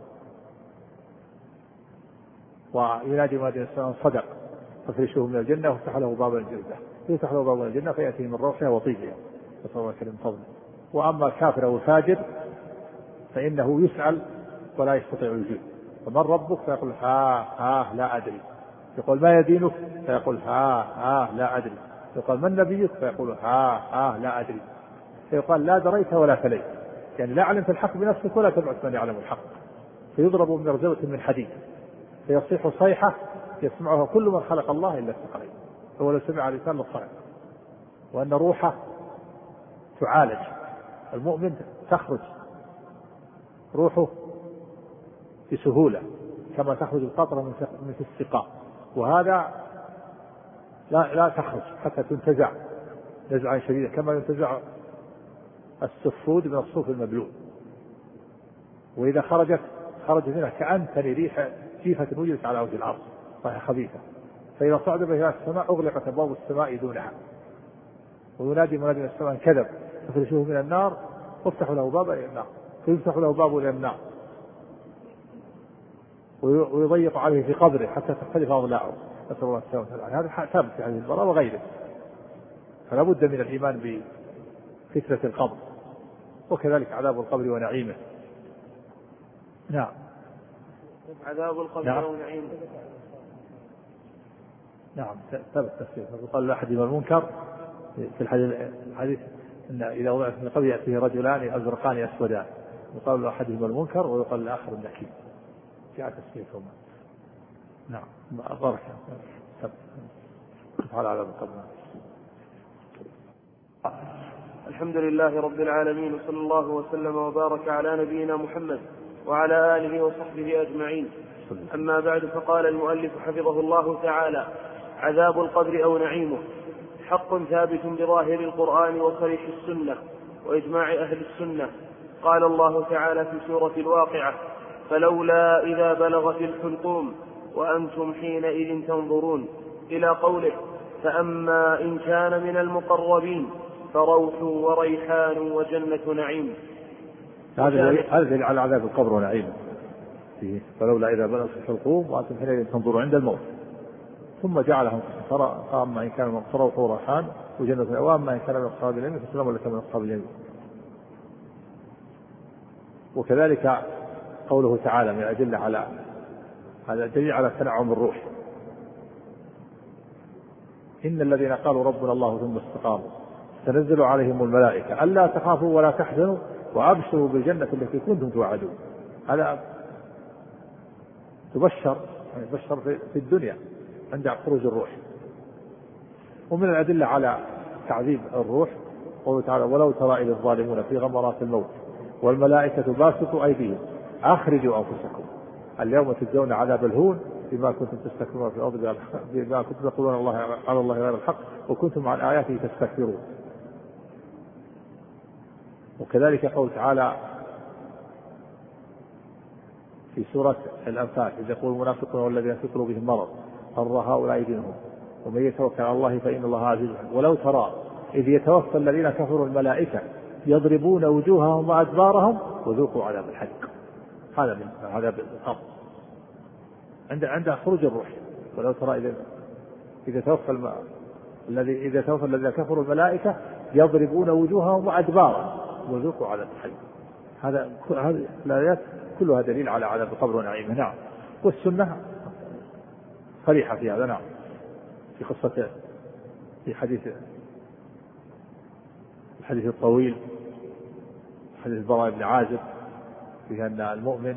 وينادي منادي السماء صدق فافرشوه من الجنة وافتح له باب الجنة، يفتح له باب الجنة فيأتيه من روحها وطيبها، نسأل الله من فضله. وأما الكافر أو الفاجر فإنه يسأل ولا يستطيع الجيب. فمن ربك؟ فيقول ها ها لا أدري. يقول ما يدينك؟ فيقول ها ها لا أدري. يقول من نبيك؟ فيقول ها ها لا أدري. فيقال لا دريت ولا تليت، يعني لا علمت الحق بنفسك ولا تبعث من يعلم الحق. فيضرب بمرزبة من حديد فيصيح صيحة يسمعها كل من خلق الله إلا الثقلين، هو لو سمع لسان للصعق. وأن روحه تعالج. المؤمن تخرج روحه بسهولة كما تخرج القطرة من في السقاء، وهذا لا لا تخرج حتى تنتزع نزعا شديدا كما ينتزع السفود من الصوف المبلول. وإذا خرجت خرجت منها كأنتن ريح جيفة وجدت على وجه الأرض وهي خبيثة. فإذا صعد بها إلى السماء أغلقت أبواب السماء دونها، وينادي منادي من السماء كذب فافرشوه من النار وافتحوا له بابا إلى النار، فيفتح له باب إلى النار ويضيق عليه في قبره حتى تختلف أضلاعه، نسأل الله السلامة والعافية. هذا ثابت في هذه البراءة وغيره. فلا بد من الإيمان بفتنة القبر وكذلك عذاب القبر ونعيمه. نعم. عذاب القبر نعم. ونعيمه. نعم ثابت تفسير. يقال لأحدهما المنكر في الحديث إن إذا وضع في القبر يأتيه رجلان أزرقان أسودان، يقال لأحدهما المنكر ويقال لآخر النكير. جاء تسميتهما. نعم بركة. سبحان على القبر. الحمد لله رب العالمين، وصلى الله وسلم وبارك على نبينا محمد وعلى آله وصحبه أجمعين. أما بعد، فقال المؤلف حفظه الله تعالى: عذاب القبر أو نعيمه حق ثابت بظاهر القرآن وصريح السنة وإجماع أهل السنة. قال الله تعالى في سورة الواقعة: فلولا إذا بلغت الحلقوم وأنتم حينئذ تنظرون، إلى قوله: فأما إن كان من المقربين فروح وريحان وجنة نعيم. هذا دليل على عذاب القبر ونعيمه. فلولا إذا بلغت الحلقوم وأنتم حينئذ تنظرون عند الموت. ثم جعلهم فأما إن كان من فروح وريحان وجنة، وأما إن كان من أصحاب اليمين فسلام لك من أصحاب اليمين. وكذلك قوله تعالى من الأدلة على هذا دليل على تنعم الروح: إن الذين قالوا ربنا الله ثم استقاموا تنزل عليهم الملائكة ألا تخافوا ولا تحزنوا وأبشروا بالجنة التي كنتم توعدون. هذا تبشر يعني تبشر في الدنيا عند خروج الروح. ومن الأدلة على تعذيب الروح قوله تعالى: ولو ترى إذ الظالمون في غمرات الموت والملائكة باسطوا أيديهم أخرجوا أنفسكم اليوم تجزون عذاب الهون بما كنتم تستكبرون في الأرض بما كنتم تقولون الله على الله غير الحق وكنتم عن آياته تستكبرون. وكذلك قول تعالى في سورة الأنفال: إذ يقول المنافقون والذين في قلوبهم مرض غر هؤلاء دينهم ومن يتوكل على الله فإن الله عزيز حكيم. ولو ترى إذ يتوفى الذين كفروا الملائكة يضربون وجوههم وأدبارهم وذوقوا عذاب الحريق. هذا من عذاب القبر عند عند خروج الروح. ولو ترى إذا إذا توفى الم... الذي إذا توفى الذين كفروا الملائكة يضربون وجوههم وأدبارهم وذوقوا عذاب الحريق. هذا هذه الآيات كلها دليل على عذاب القبر ونعيمه. نعم. والسنة صريحة في هذا. نعم. في قصة في حديث الحديث الطويل حديث البراء بن عازب فيه أن المؤمن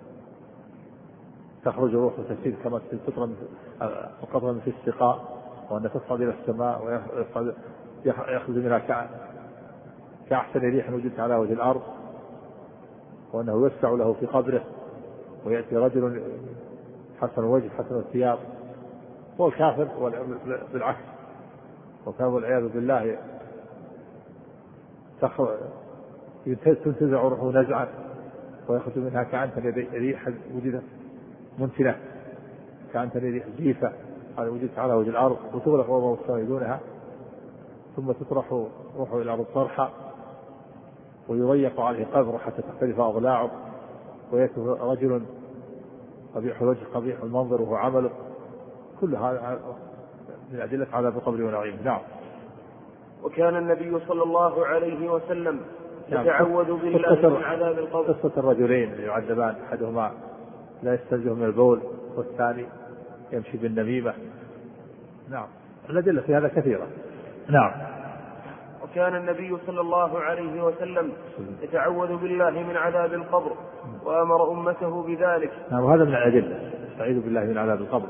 تخرج روحه تسير كما تطرى القطرة في السقاء، وأن تصعد إلى السماء ويخرج منها كأحسن ريح وجدت على وجه الأرض، وأنه يوسع له في قبره، ويأتي رجل حسن الوجه حسن الثياب. هو الكافر بالعكس، وكان والعياذ بالله تنتزع روحه نزعا ويخرج منها كأنتن ريح وجدت منتنة، كأنتن ريح جيفة على وجدت على وجه الأرض، وتغلق أبواب السماء دونها، ثم تطرح روحه إلى الأرض طرحا، ويضيق عليه قبره حتى تختلف أضلاعه، ويأتي رجل قبيح الوجه قبيح المنظر وهو عمله. كل هذا من أدلة عذاب القبر ونعيمه. نعم. وكان النبي صلى الله عليه وسلم يتعوذ بالله من عذاب القبر. قصة الرجلين يعذبان، أحدهما لا يستنزه من البول والثاني يمشي بالنميمة. نعم، الأدلة في هذا كثيرة. نعم. وكان النبي صلى الله عليه وسلم يتعوذ بالله من عذاب القبر وأمر أمته بذلك. نعم، وهذا من الأدلة، استعيذ بالله من عذاب القبر.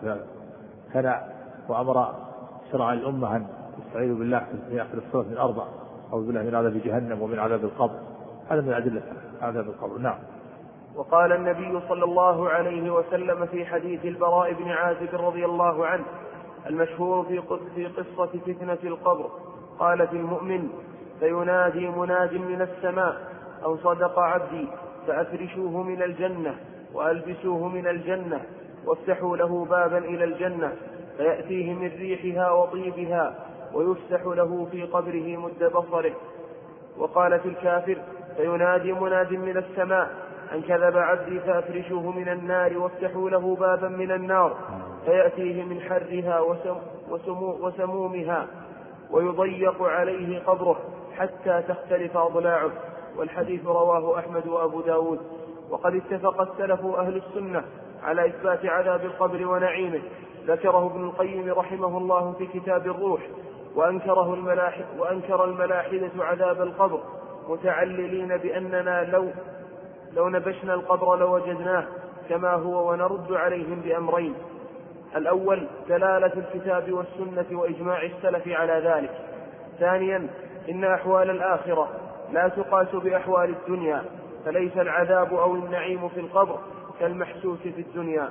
كان وأمر شرع الأمة أن تستعيذ بالله في آخر الصلاة من أربع: أعوذ بالله من عذاب جهنم ومن عذاب القبر. هذا من أدلة عذاب القبر. نعم. وقال النبي صلى الله عليه وسلم في حديث البراء بن عازب رضي الله عنه المشهور في قصة فتنة القبر، قال في المؤمن: فينادي مناد من السماء: أو صدق عبدي، فأفرشوه من الجنة وألبسوه من الجنة وافتحوا له بابا إلى الجنة فيأتيه من ريحها وطيبها ويفسح له في قبره مد بصره. وقال في الكافر: فينادي مناد من السماء: أن كذب عبدي، فأفرشوه من النار وافتحوا له بابا من النار فيأتيه من حرها وسمو وسمومها ويضيق عليه قبره حتى تختلف أضلاعه. والحديث رواه أحمد وأبو داود. وقد اتفق السلف أهل السنة على إثبات عذاب القبر ونعيمه، ذكره ابن القيم رحمه الله في كتاب الروح. وأنكره الملاحد وأنكر الملاحدة عذاب القبر متعللين بأننا لو لو نبشنا القبر لوجدناه كما هو، ونرد عليهم بأمرين: الأول دلالة الكتاب والسنة وإجماع السلف على ذلك. ثانيا إن أحوال الآخرة لا تقاس بأحوال الدنيا، فليس العذاب أو النعيم في القبر كالمحسوس في الدنيا.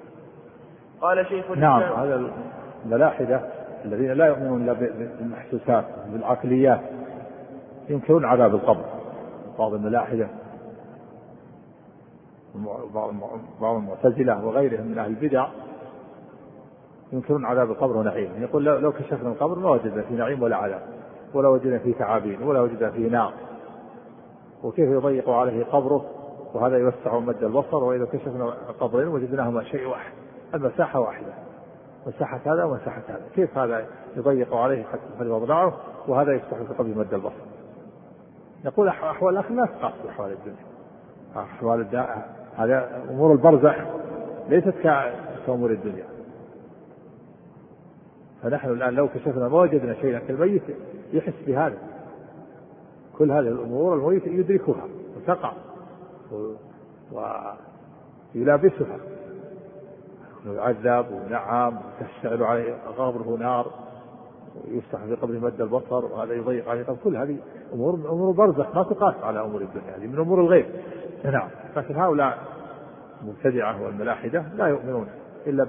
قال شيخ الإسلام: نعم، هذا الملاحدة الذين لا يؤمنون إلا بالمحسوسات بالعقليات ينكرون عذاب القبر. بعض الملاحدة بعض المعتزلة وغيرهم من أهل البدع ينكرون عذاب القبر ونعيمه. يقول لو كشفنا القبر ما وجدنا فيه نعيم ولا عذاب، ولا وجدنا فيه تعابين، ولا وجدنا فيه نار، وكيف يضيق عليه قبره وهذا يوسع مد البصر، وإذا كشفنا قبرين وجدناهما شيء واحد، المساحة واحدة، مساحة هذا ومساحة هذا، كيف هذا يضيق عليه حتى فليضلعه وهذا يفتح في قبر مد البصر؟ نقول أحوال الآخرة لا تقاس بأحوال الدنيا. أحوال الداء هذا أمور البرزخ ليست كأمور الدنيا. فنحن الآن لو كشفنا ما وجدنا شيئا كالميت يحس بهذا. كل هذه الأمور الميت يدركها وتقع ويلابسها، يعذب ونعم وتشتعل عليه قبره نار ويفتح في قبره مد البصر وهذا يضيق عليه قبره. كل هذه أمور أمور برزخ ما تقاس على أمور الدنيا، هذه من أمور الغيب. نعم. لكن هؤلاء المبتدعة والملاحدة لا يؤمنون إلا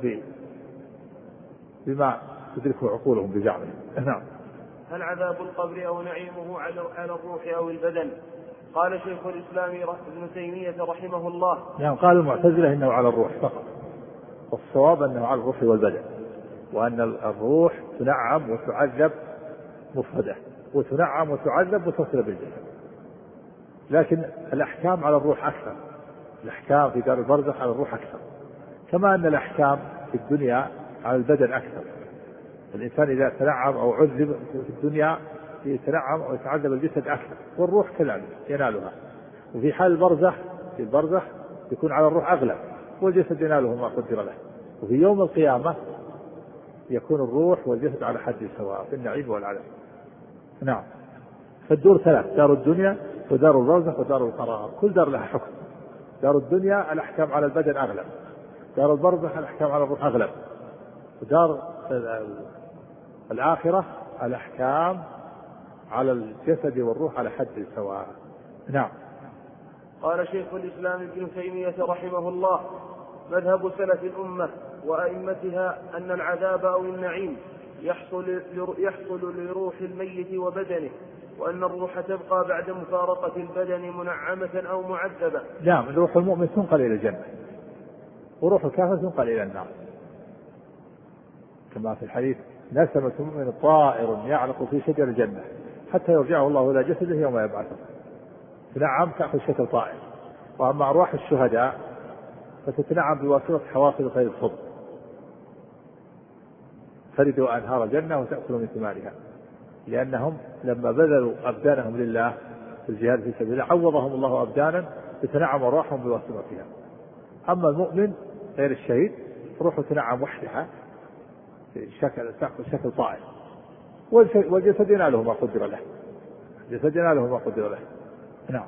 بما تدركه عقولهم بزعمهم. نعم. هل عذاب القبر أو نعيمه على الروح أو البدن؟ قال شيخ الإسلام ابن تيمية رحمه الله: نعم، قال المعتزلة إنه على الروح فقط، والصواب أنه على الروح والبدن، وأن الروح تنعم وتعذب مفردة، وتنعم وتعذب متصلة بالجسد، لكن الأحكام على الروح أكثر. الأحكام في دار البرزخ على الروح أكثر، كما أن الأحكام في الدنيا على البدن أكثر. الإنسان إذا تنعم أو عذب في الدنيا يتنعم أو يتعذب الجسد أكثر، والروح كذلك ينالها. وفي حال البرزخ في البرزخ يكون على الروح أغلب، والجسد يناله ما قدر له. وفي يوم القيامة يكون الروح والجسد على حد سواء في النعيم والعذاب. نعم. فالدور ثلاث: دار الدنيا ودار البرزخ ودار القرار، كل دار لها حكم. دار الدنيا الأحكام على البدن أغلب، دار البرزخ الأحكام على الروح أغلب، ودار الآخرة الأحكام على الجسد والروح على حد سواء. نعم. قال شيخ الإسلام ابن تيمية رحمه الله: مذهب سلف الأمة وأئمتها أن العذاب أو النعيم يحصل, يحصل لروح الميت وبدنه، وأن الروح تبقى بعد مفارقة البدن منعمة أو معذبة. نعم، روح المؤمن تنقل إلى الجنة، وروح الكافر تنقل إلى النار، كما في الحديث: نسمة المؤمن طائر يعلق في شجر الجنة حتى يرجعه الله إلى جسده يوم يبعثه. تنعم تأخذ شكل طائر. وأما أرواح الشهداء فتتنعم بواسطة حواصل خير الصدق، فردوا أنهار الجنة وتأكل من ثمارها، لأنهم لما بذلوا أبدانهم لله في الجهاد في سبيل الله عوضهم الله أبدانا تتنعم أرواحهم بواسطتها. أما المؤمن غير الشهيد روحه تنعم وحدها في شكل شكل طائر، والجسد يناله ما قدر له، الجسد يناله ما قدر له. نعم.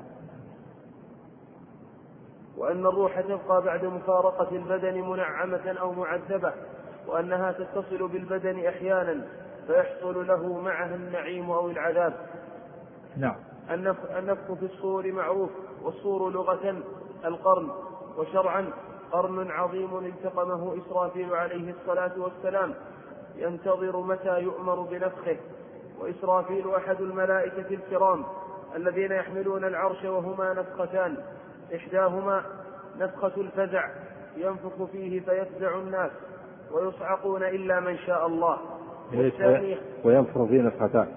وأن الروح تبقى بعد مفارقة البدن منعمة أو معذبة، وأنها تتصل بالبدن أحيانا فيحصل له معها النعيم أو العذاب. نعم. النفخ في الصور معروف، والصور لغة القرن، وشرعا قرن عظيم التقمه إسرافيل عليه الصلاة والسلام ينتظر متى يؤمر بنفخه. وإسرافيل أحد الملائكة الكرام الذين يحملون العرش، وهما نفختان: إحداهما نفخة الفزع ينفخ فيه فيفزع الناس ويصعقون إلا من شاء الله. وينفخ فيه نفختان.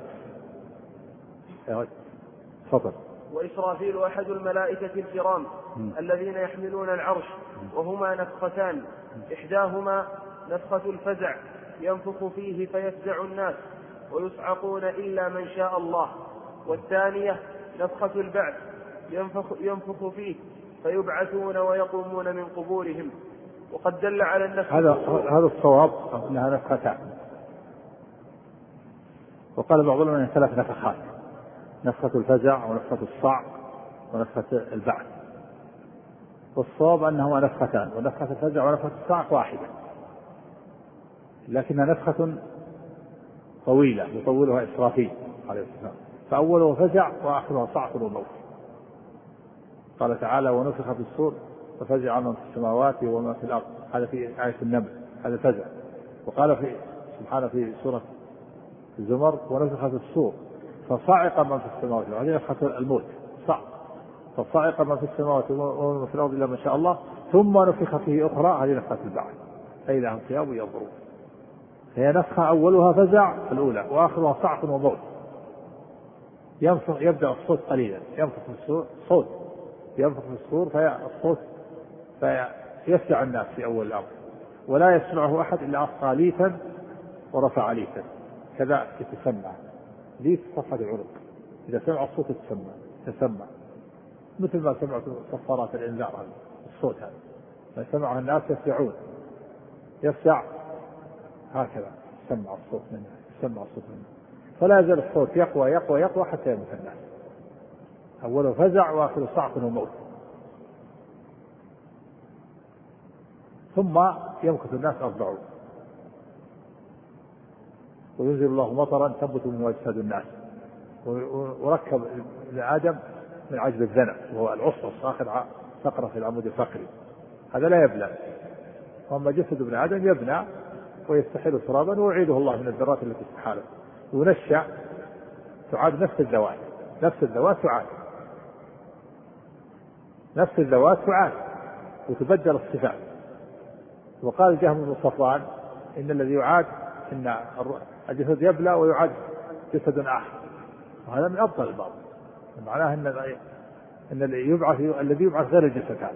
فضل. وإسرافيل أحد الملائكة الكرام الذين يحملون العرش، وهما نفختان: إحداهما نفخة الفزع ينفخ فيه فيفزع الناس ويصعقون إلا من شاء الله. والثانية نفخة البعث ينفخ, ينفخ فيه فيبعثون ويقومون من قبورهم. وقد دل على النفخ هذا هذا الصواب أنها نفختان، وقال بعض العلماء ثلاث نفخات: نفخة الفزع ونفخة الصعق ونفخة البعث. والصواب أنهما نفختان، ونفخة الفزع ونفخة الصعق واحدة، لكنها نفخة طويلة يطولها إسرافيل عليه السلام، فأوله فزع وآخره صعق وموت. قال تعالى: ونفخ في الصور ففزع من في السماوات وما في الأرض. هذا في آية النمل، هذا فزع. وقال في سبحانه في سورة الزمر: ونفخ في الصور فصعق من في السماوات. هذه نفخة الموت، صعق. فصعق من في السماوات ومن في الأرض إلا ما شاء الله، ثم نفخ فيه أخرى، هذه نفخة البعث، فإذا هم قيام ينظرون. هي نفخة أولها فزع الأولى، وآخرها صعق وموت. ينفخ يبدأ الصوت قليلا، ينفخ في الصوت صوت ينفخ في الصور فالصوت فيفزع الناس في أول الأمر، ولا يسمعه أحد إلا أصغى ليتا ورفع ليتا، كذا يتسمع ليت صفحة العنق، إذا سمع الصوت تسمع تسمع مثل ما سمعت صفارات الإنذار، هذا الصوت هذا ما سمعه الناس يفزعون، يفزع هكذا يسمع الصوت منه يسمع الصوت منه، فلا يزال الصوت يقوى يقوى يقوى حتى يموت الناس. أوله فزع وآخره صعق وموت. ثم يمكث الناس أربعون، وينزل الله مطرا تنبت منه أجساد الناس، وركب لآدم من عجب الذنب وهو العصر آخر فقرة في العمود الفقري، هذا لا يبلى. وأما جسد ابن آدم يبنى ويستحيل ترابا ويعيده الله من الذرات التي استحالت، ونشأ تعاد نفس الذوات نفس الذوات تعاد نفس الذوات تعاد وتبدل الصفات. وقال جهم بن صفوان: إن الذي يعاد إن الجسد يبلى ويعاد جسد آخر، وهذا من أبطل الباطل. معناه أن أن الذي يبعث الذي يبعث غير الجسد هذا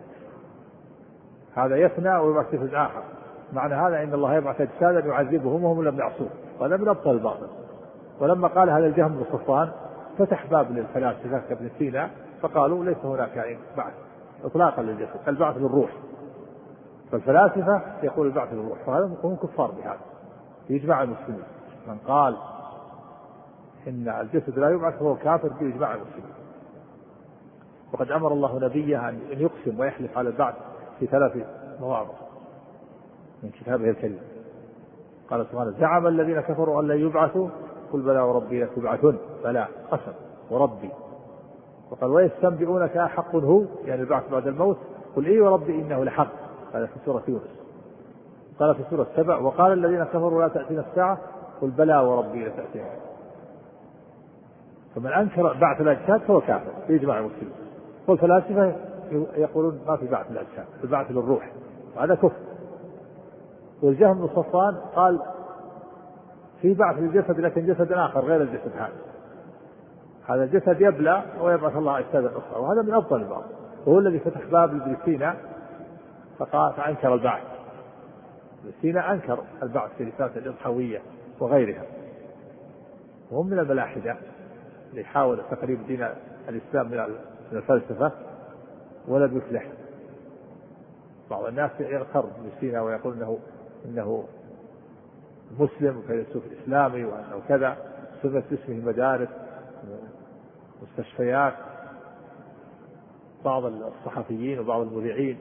هذا يفنى ويبعث جسد آخر. معنى هذا إن الله يبعث أجسادا يعذبهم وهم لم يعصوه، وهذا من أبطل الباطل. ولما قال هذا الجهم بن صفوان فتح باب للفلاسفة كابن سينا، فقالوا: ليس هناك بعث إطلاقا للجسد، البعث بالروح. فالفلاسفة يقول البعث بالروح، فهذا هم كفار بهذا بإجماع المسلمين. من قال إن الجسد لا يبعث فهو كافر بإجماع المسلمين. وقد أمر الله نبيه أن يقسم ويحلف على البعث في ثلاث مواضع من كتابه الكريم. قال سبحانه: زعم الذين كفروا أن لن يبعثوا، قل بلى وربي لتبعثن. بلى قسم وربي وقال ويستنبئونك أحق هو يعني البعث بعد الموت قل إي وربي إنه لحق. هذا في سورة يونس. قال في سورة سبع وقال الذين كفروا لا تأتينا الساعة قل بلى وربي لتأتينا. فمن أنكر بعث الأجساد فهو كافر بإجماع المسلمين. والفلاسفة يقولون ما في بعث الأجساد البعث للروح وهذا كفر. والجهم بن صفوان قال في بعث للجسد لكن جسد آخر غير الجسد هذا. هذا الجسد يبلى ويبعث الله أجسادا أخرى وهذا من أفضل البعض وهو الذي فتح باب ابن سينا فقال فأنكر البعث. ابن سينا أنكر البعث في رسالة الإضحوية وغيرها وهم من الملاحدة اللي حاول تقريب دين الإسلام من الفلسفة ولم يفلح. بعض الناس يغتر ابن سينا ويقول إنه إنه مسلم وفيلسوف إسلامي وأنه كذا سمت اسمه مدارس مستشفيات. بعض الصحفيين وبعض المذيعين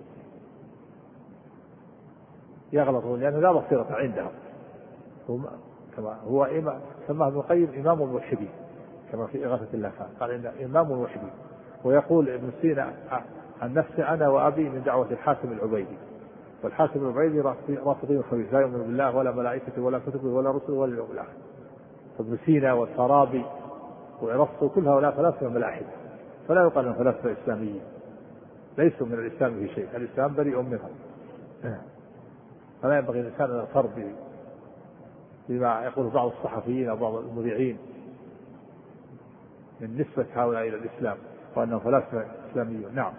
يغلطون لأنه لا بصيرة عندهم. كما هو إمام سماه ابن القيم إمام الموحدين كما في إغاثة اللافات قال إنه إمام الموحدين. ويقول ابن سينا عن نفسه أنا وأبي من دعوة الحاتم العبيدي والحاتم العبيدي رافضين خبيث لا يؤمن بالله ولا ملائكته ولا كتبه ولا رسله ولا اليوم الآخر. فابن سينا والفارابي وأرسطو كل هؤلاء فلاسفة ملاحدة فلا يقال أنهم فلاسفة إسلاميين ليسوا من الإسلام في شيء. الإسلام بريء منهم. فلا ينبغي الإنسان أن يغتر بما يقول بعض الصحفيين أو بعض المذيعين من نسبة هؤلاء إلى الإسلام وأنهم فلاسفة إسلاميون. نعم.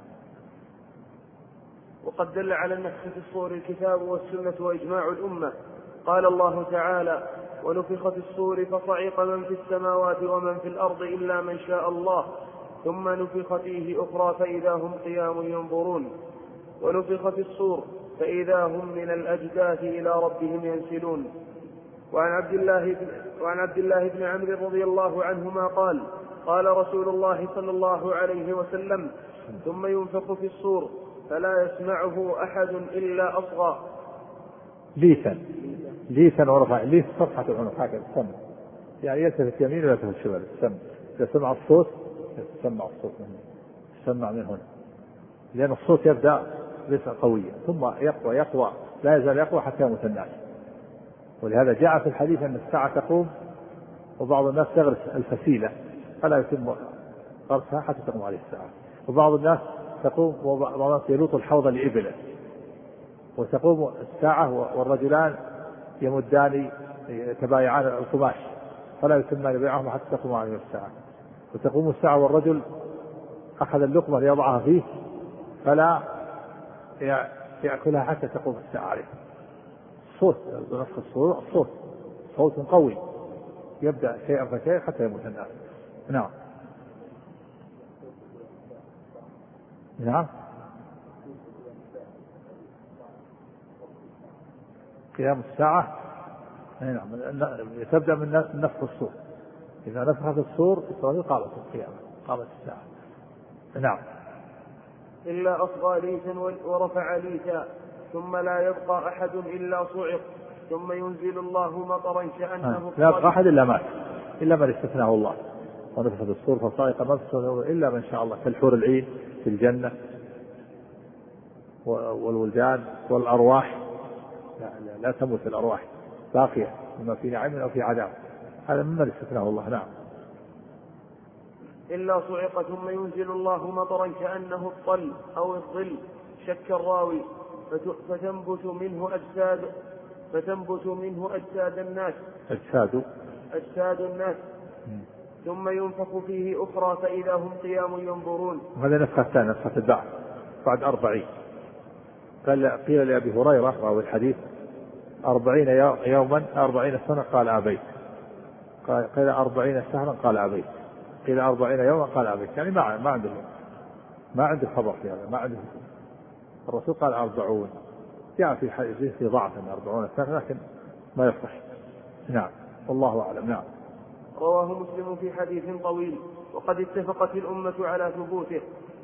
وقد دل على النسخ في الصور الكتاب والسنة وإجماع الأمة. قال الله تعالى ونفخ في الصور فصعق من في السماوات ومن في الأرض إلا من شاء الله ثم نفخ فيه أخرى فإذا هم قيام ينظرون. ونفخ في الصور فإذا هم من الأجداث إلى ربهم ينسلون. وعن عبد الله بن, وعن عبد الله بن عمرو رضي الله عنهما قال قال رسول الله صلى الله عليه وسلم ثم ينفخ في الصور فلا يسمعه أحد إلا أصغى. ليثا ليثا ورفع ليث صفحة العنق هكذا السمع يعني يلتفت يمين ولا يلتفت شمال. السمع إذا سمع الصوت يسمع الصوت منه يسمع من هنا لأن الصوت يبدأ ليس قويا ثم يقوى يقوى لا يزال يقوى حتى يموت الناس. ولهذا جاء في الحديث أن الساعة تقوم وبعض الناس يغرس الفسيلة فلا يتم غرسها حتى تقوم عليه الساعة. وبعض الناس تقوم وبعض الناس يلوط الحوض لإبله وتقوم الساعة والرجلان يمدان يتبايعان القماش فلا يتمان بيعهم حتى تقوم عليه الساعة. وتقوم الساعة والرجل أخذ اللقمة ليضعها فيه فلا يأكلها حتى تقوم الساعة عليه. صوت بنفخ الصور الصوت صوت قوي يبدأ شيئا فشيئا حتى يموت الناس. نعم. نعم. قيام الساعة نعم تبدأ من نفخ الصور. إذا نفخت الصور قامت القيامة قامت الساعة. نعم. إلا أصغى ليثا ورفع ليثا ثم لا يبقى أحد إلا صعق ثم ينزل الله مطرا كأنه لا يبقى أحد إلا مات إلا من استثناه الله. ونفخ في الصور فصائق من في الصور إلا من شاء الله كالحور العين في الجنة والولدان والأرواح لا, لا, لا تموت الأرواح باقية إما في نعيم أو في عذاب هذا ممن استثناه الله. نعم. إلا صعق ثم ينزل الله مطرا كأنه الطل أو الظل شك الراوي فتنبت منه أجساد فتنبت منه أجساد الناس أجساد أجساد الناس ثم ينفخ فيه أخرى فإذا هم قيام ينظرون. هذا نفخة ثانية نفخة البعث بعد أربعين. قال قيل لأبي هريرة راوي الحديث أربعين يوما أربعين سنة قال أبيت. قيل أربعين شهرا قال أبيت. قيل أربعين يوما قال أبيت. يعني ما ما عنده ما عنده خبر في هذا ما عنده. الرسول قال أربعون جاء في حديث في ضعف أربعون سنة لكن ما يصح. نعم والله أعلم. نعم. رواه مسلم في حديث طويل وقد اتفقت الأمة على ثبوته.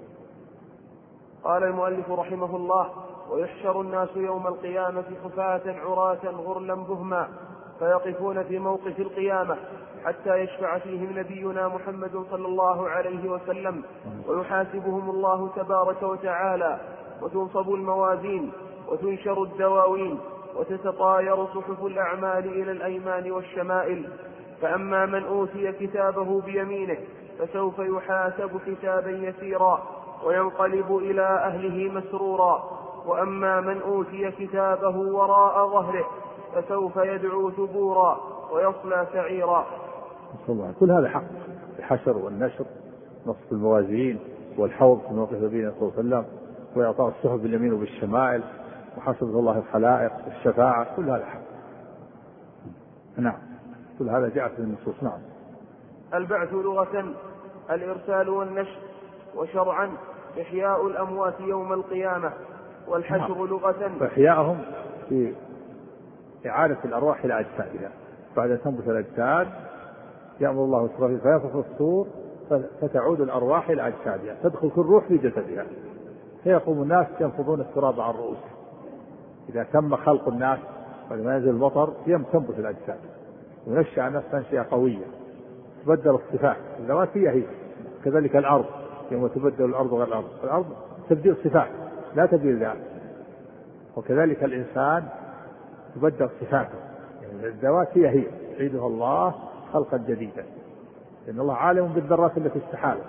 قال المؤلف رحمه الله ويحشر الناس يوم القيامة حفاة عراة غرلا بهما فيقفون في موقف القيامة حتى يشفع فيهم نبينا محمد صلى الله عليه وسلم ويحاسبهم الله تبارك وتعالى، وتنصب الموازين وتنشر الدواوين وتتطاير صحف الأعمال إلى الأيمان والشمائل. فأما من أوتي كتابه بيمينه فسوف يحاسب حسابا يسيرا وينقلب إلى أهله مسرورا، وأما من أوتي كتابه وراء ظهره فسوف يدعو ثبورا ويصلى سعيرا. كل هذا حق، الحشر والنشر، نصب الموازين والحوض في موقف نبينا صلى الله عليه وسلم، وإعطاء الصحف باليمين وبالشمائل، وحسبه الله الخلائق، والشفاعة، كل هذا حق. نعم، كل هذا جاء في النصوص. نعم. البعث لغة الإرسال والنشر، وشرعا إحياء الأموات يوم القيامة، والحشر نعم. لغة فإحياءهم في إعادة الأرواح إلى أجسادها بعد أن تنبت الأجساد، يأمر الله إسرافيل فينفخ الصور فتعود الأرواح إلى أجسادها، تدخل كل روح في جسدها، فيقوم الناس ينفضون التراب عن رؤوسهم. إذا تم خلق الناس ولما ينزل المطر تنبت الأجساد ونشأ الناس تنشئة قوية، تبدل الصفات، الذوات هي هي. كذلك الأرض يوم تبدل الأرض غير الأرض، الأرض تبديل صفات لا تبديل ذات. وكذلك الإنسان تبدل صفاته، يعني الذوات هي هي، يعيدها الله خلقا جديدا، لأن الله عالم بالذرات التي استحالت.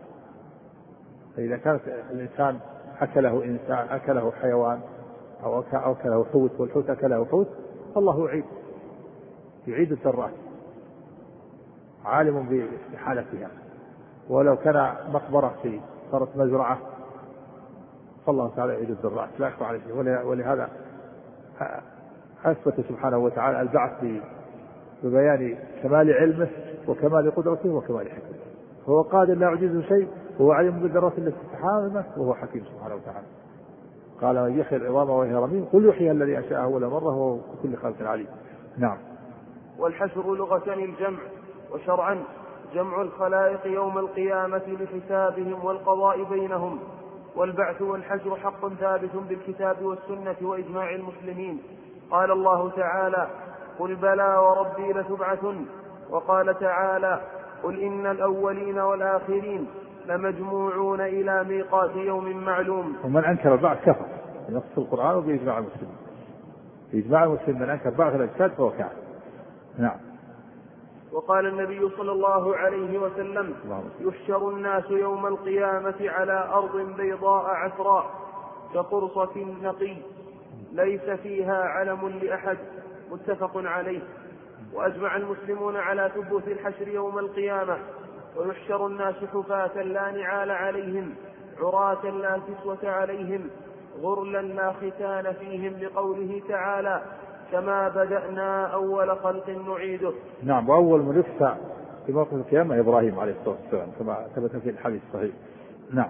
فإذا كان الإنسان أكله إنسان أكله حيوان أو أكله حوت والحوت أكله حوت، الله يعيد يعيد الذرات، عالم باستحالتها. ولو كان مقبرة في صارت مزرعة فالله تعالى يعيد الذرات لا يخفى عليه. ولهذا أثبت سبحانه وتعالى البعث ببيان كمال علمه وكمال قدرته وكمال حكمته، هو قادر لا يعجزه شيء، هو عليم بالذرات التي استحالت، وهو حكيم سبحانه وتعالى. قال من يحيي العظام وهي رميم قل يحيي الذي أنشأها أول مرة وهو بكل خلق عليم. نعم. والحشر لغة الجمع، وشرعا جمع الخلائق يوم القيامة لحسابهم والقضاء بينهم. والبعث والحشر حق ثابت بالكتاب والسنة وإجماع المسلمين. قال الله تعالى قل بلى وربي لتبعثن، وقال تعالى قل إن الأولين والآخرين لمجموعون إلى ميقات يوم معلوم. ومن أنكر البعث كفر بنص القرآن وبإجماع المسلمين. بإجماع المسلمين من أنكر بعث الأجساد فهو كافر. نعم. وقال النبي صلى الله عليه وسلم يحشر الناس يوم القيامة على أرض بيضاء عسراء كقرصة نقي ليس فيها علم لأحد، متفق عليه. وأجمع المسلمون على ثبوت الحشر يوم القيامة. ويحشر الناس حفاة لا نعال عليهم، عراة لا كسوة عليهم، غرلا لا ختان فيهم، لقوله تعالى كما بدأنا أول خلق نعيده. نعم. وأول من يحشى في موقف القيامة إبراهيم عليه الصلاة والسلام كما ثبت في الحديث الصحيح. نعم.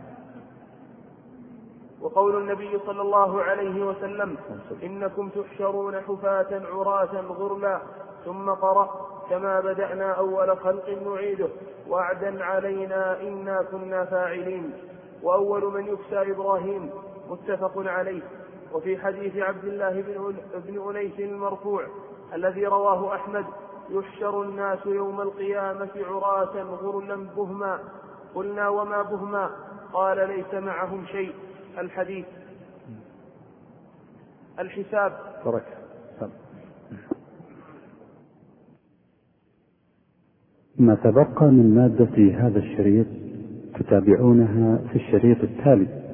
وقول النبي صلى الله عليه وسلم إنكم تحشرون حفاة عراة غرلا، ثم قرأ كما بدأنا أول خلق نعيده وعدا علينا إنا كنا فاعلين. وأول من يكسى إبراهيم، متفق عليه. وفي حديث عبد الله بن أنيس المرفوع الذي رواه أحمد يحشر الناس يوم القيامة عراة غرلا بهما، قلنا وما بهما؟ قال ليس معهم شيء. الحديث. الحساب. ما تبقى من مادة هذا الشريط تتابعونها في الشريط التالي.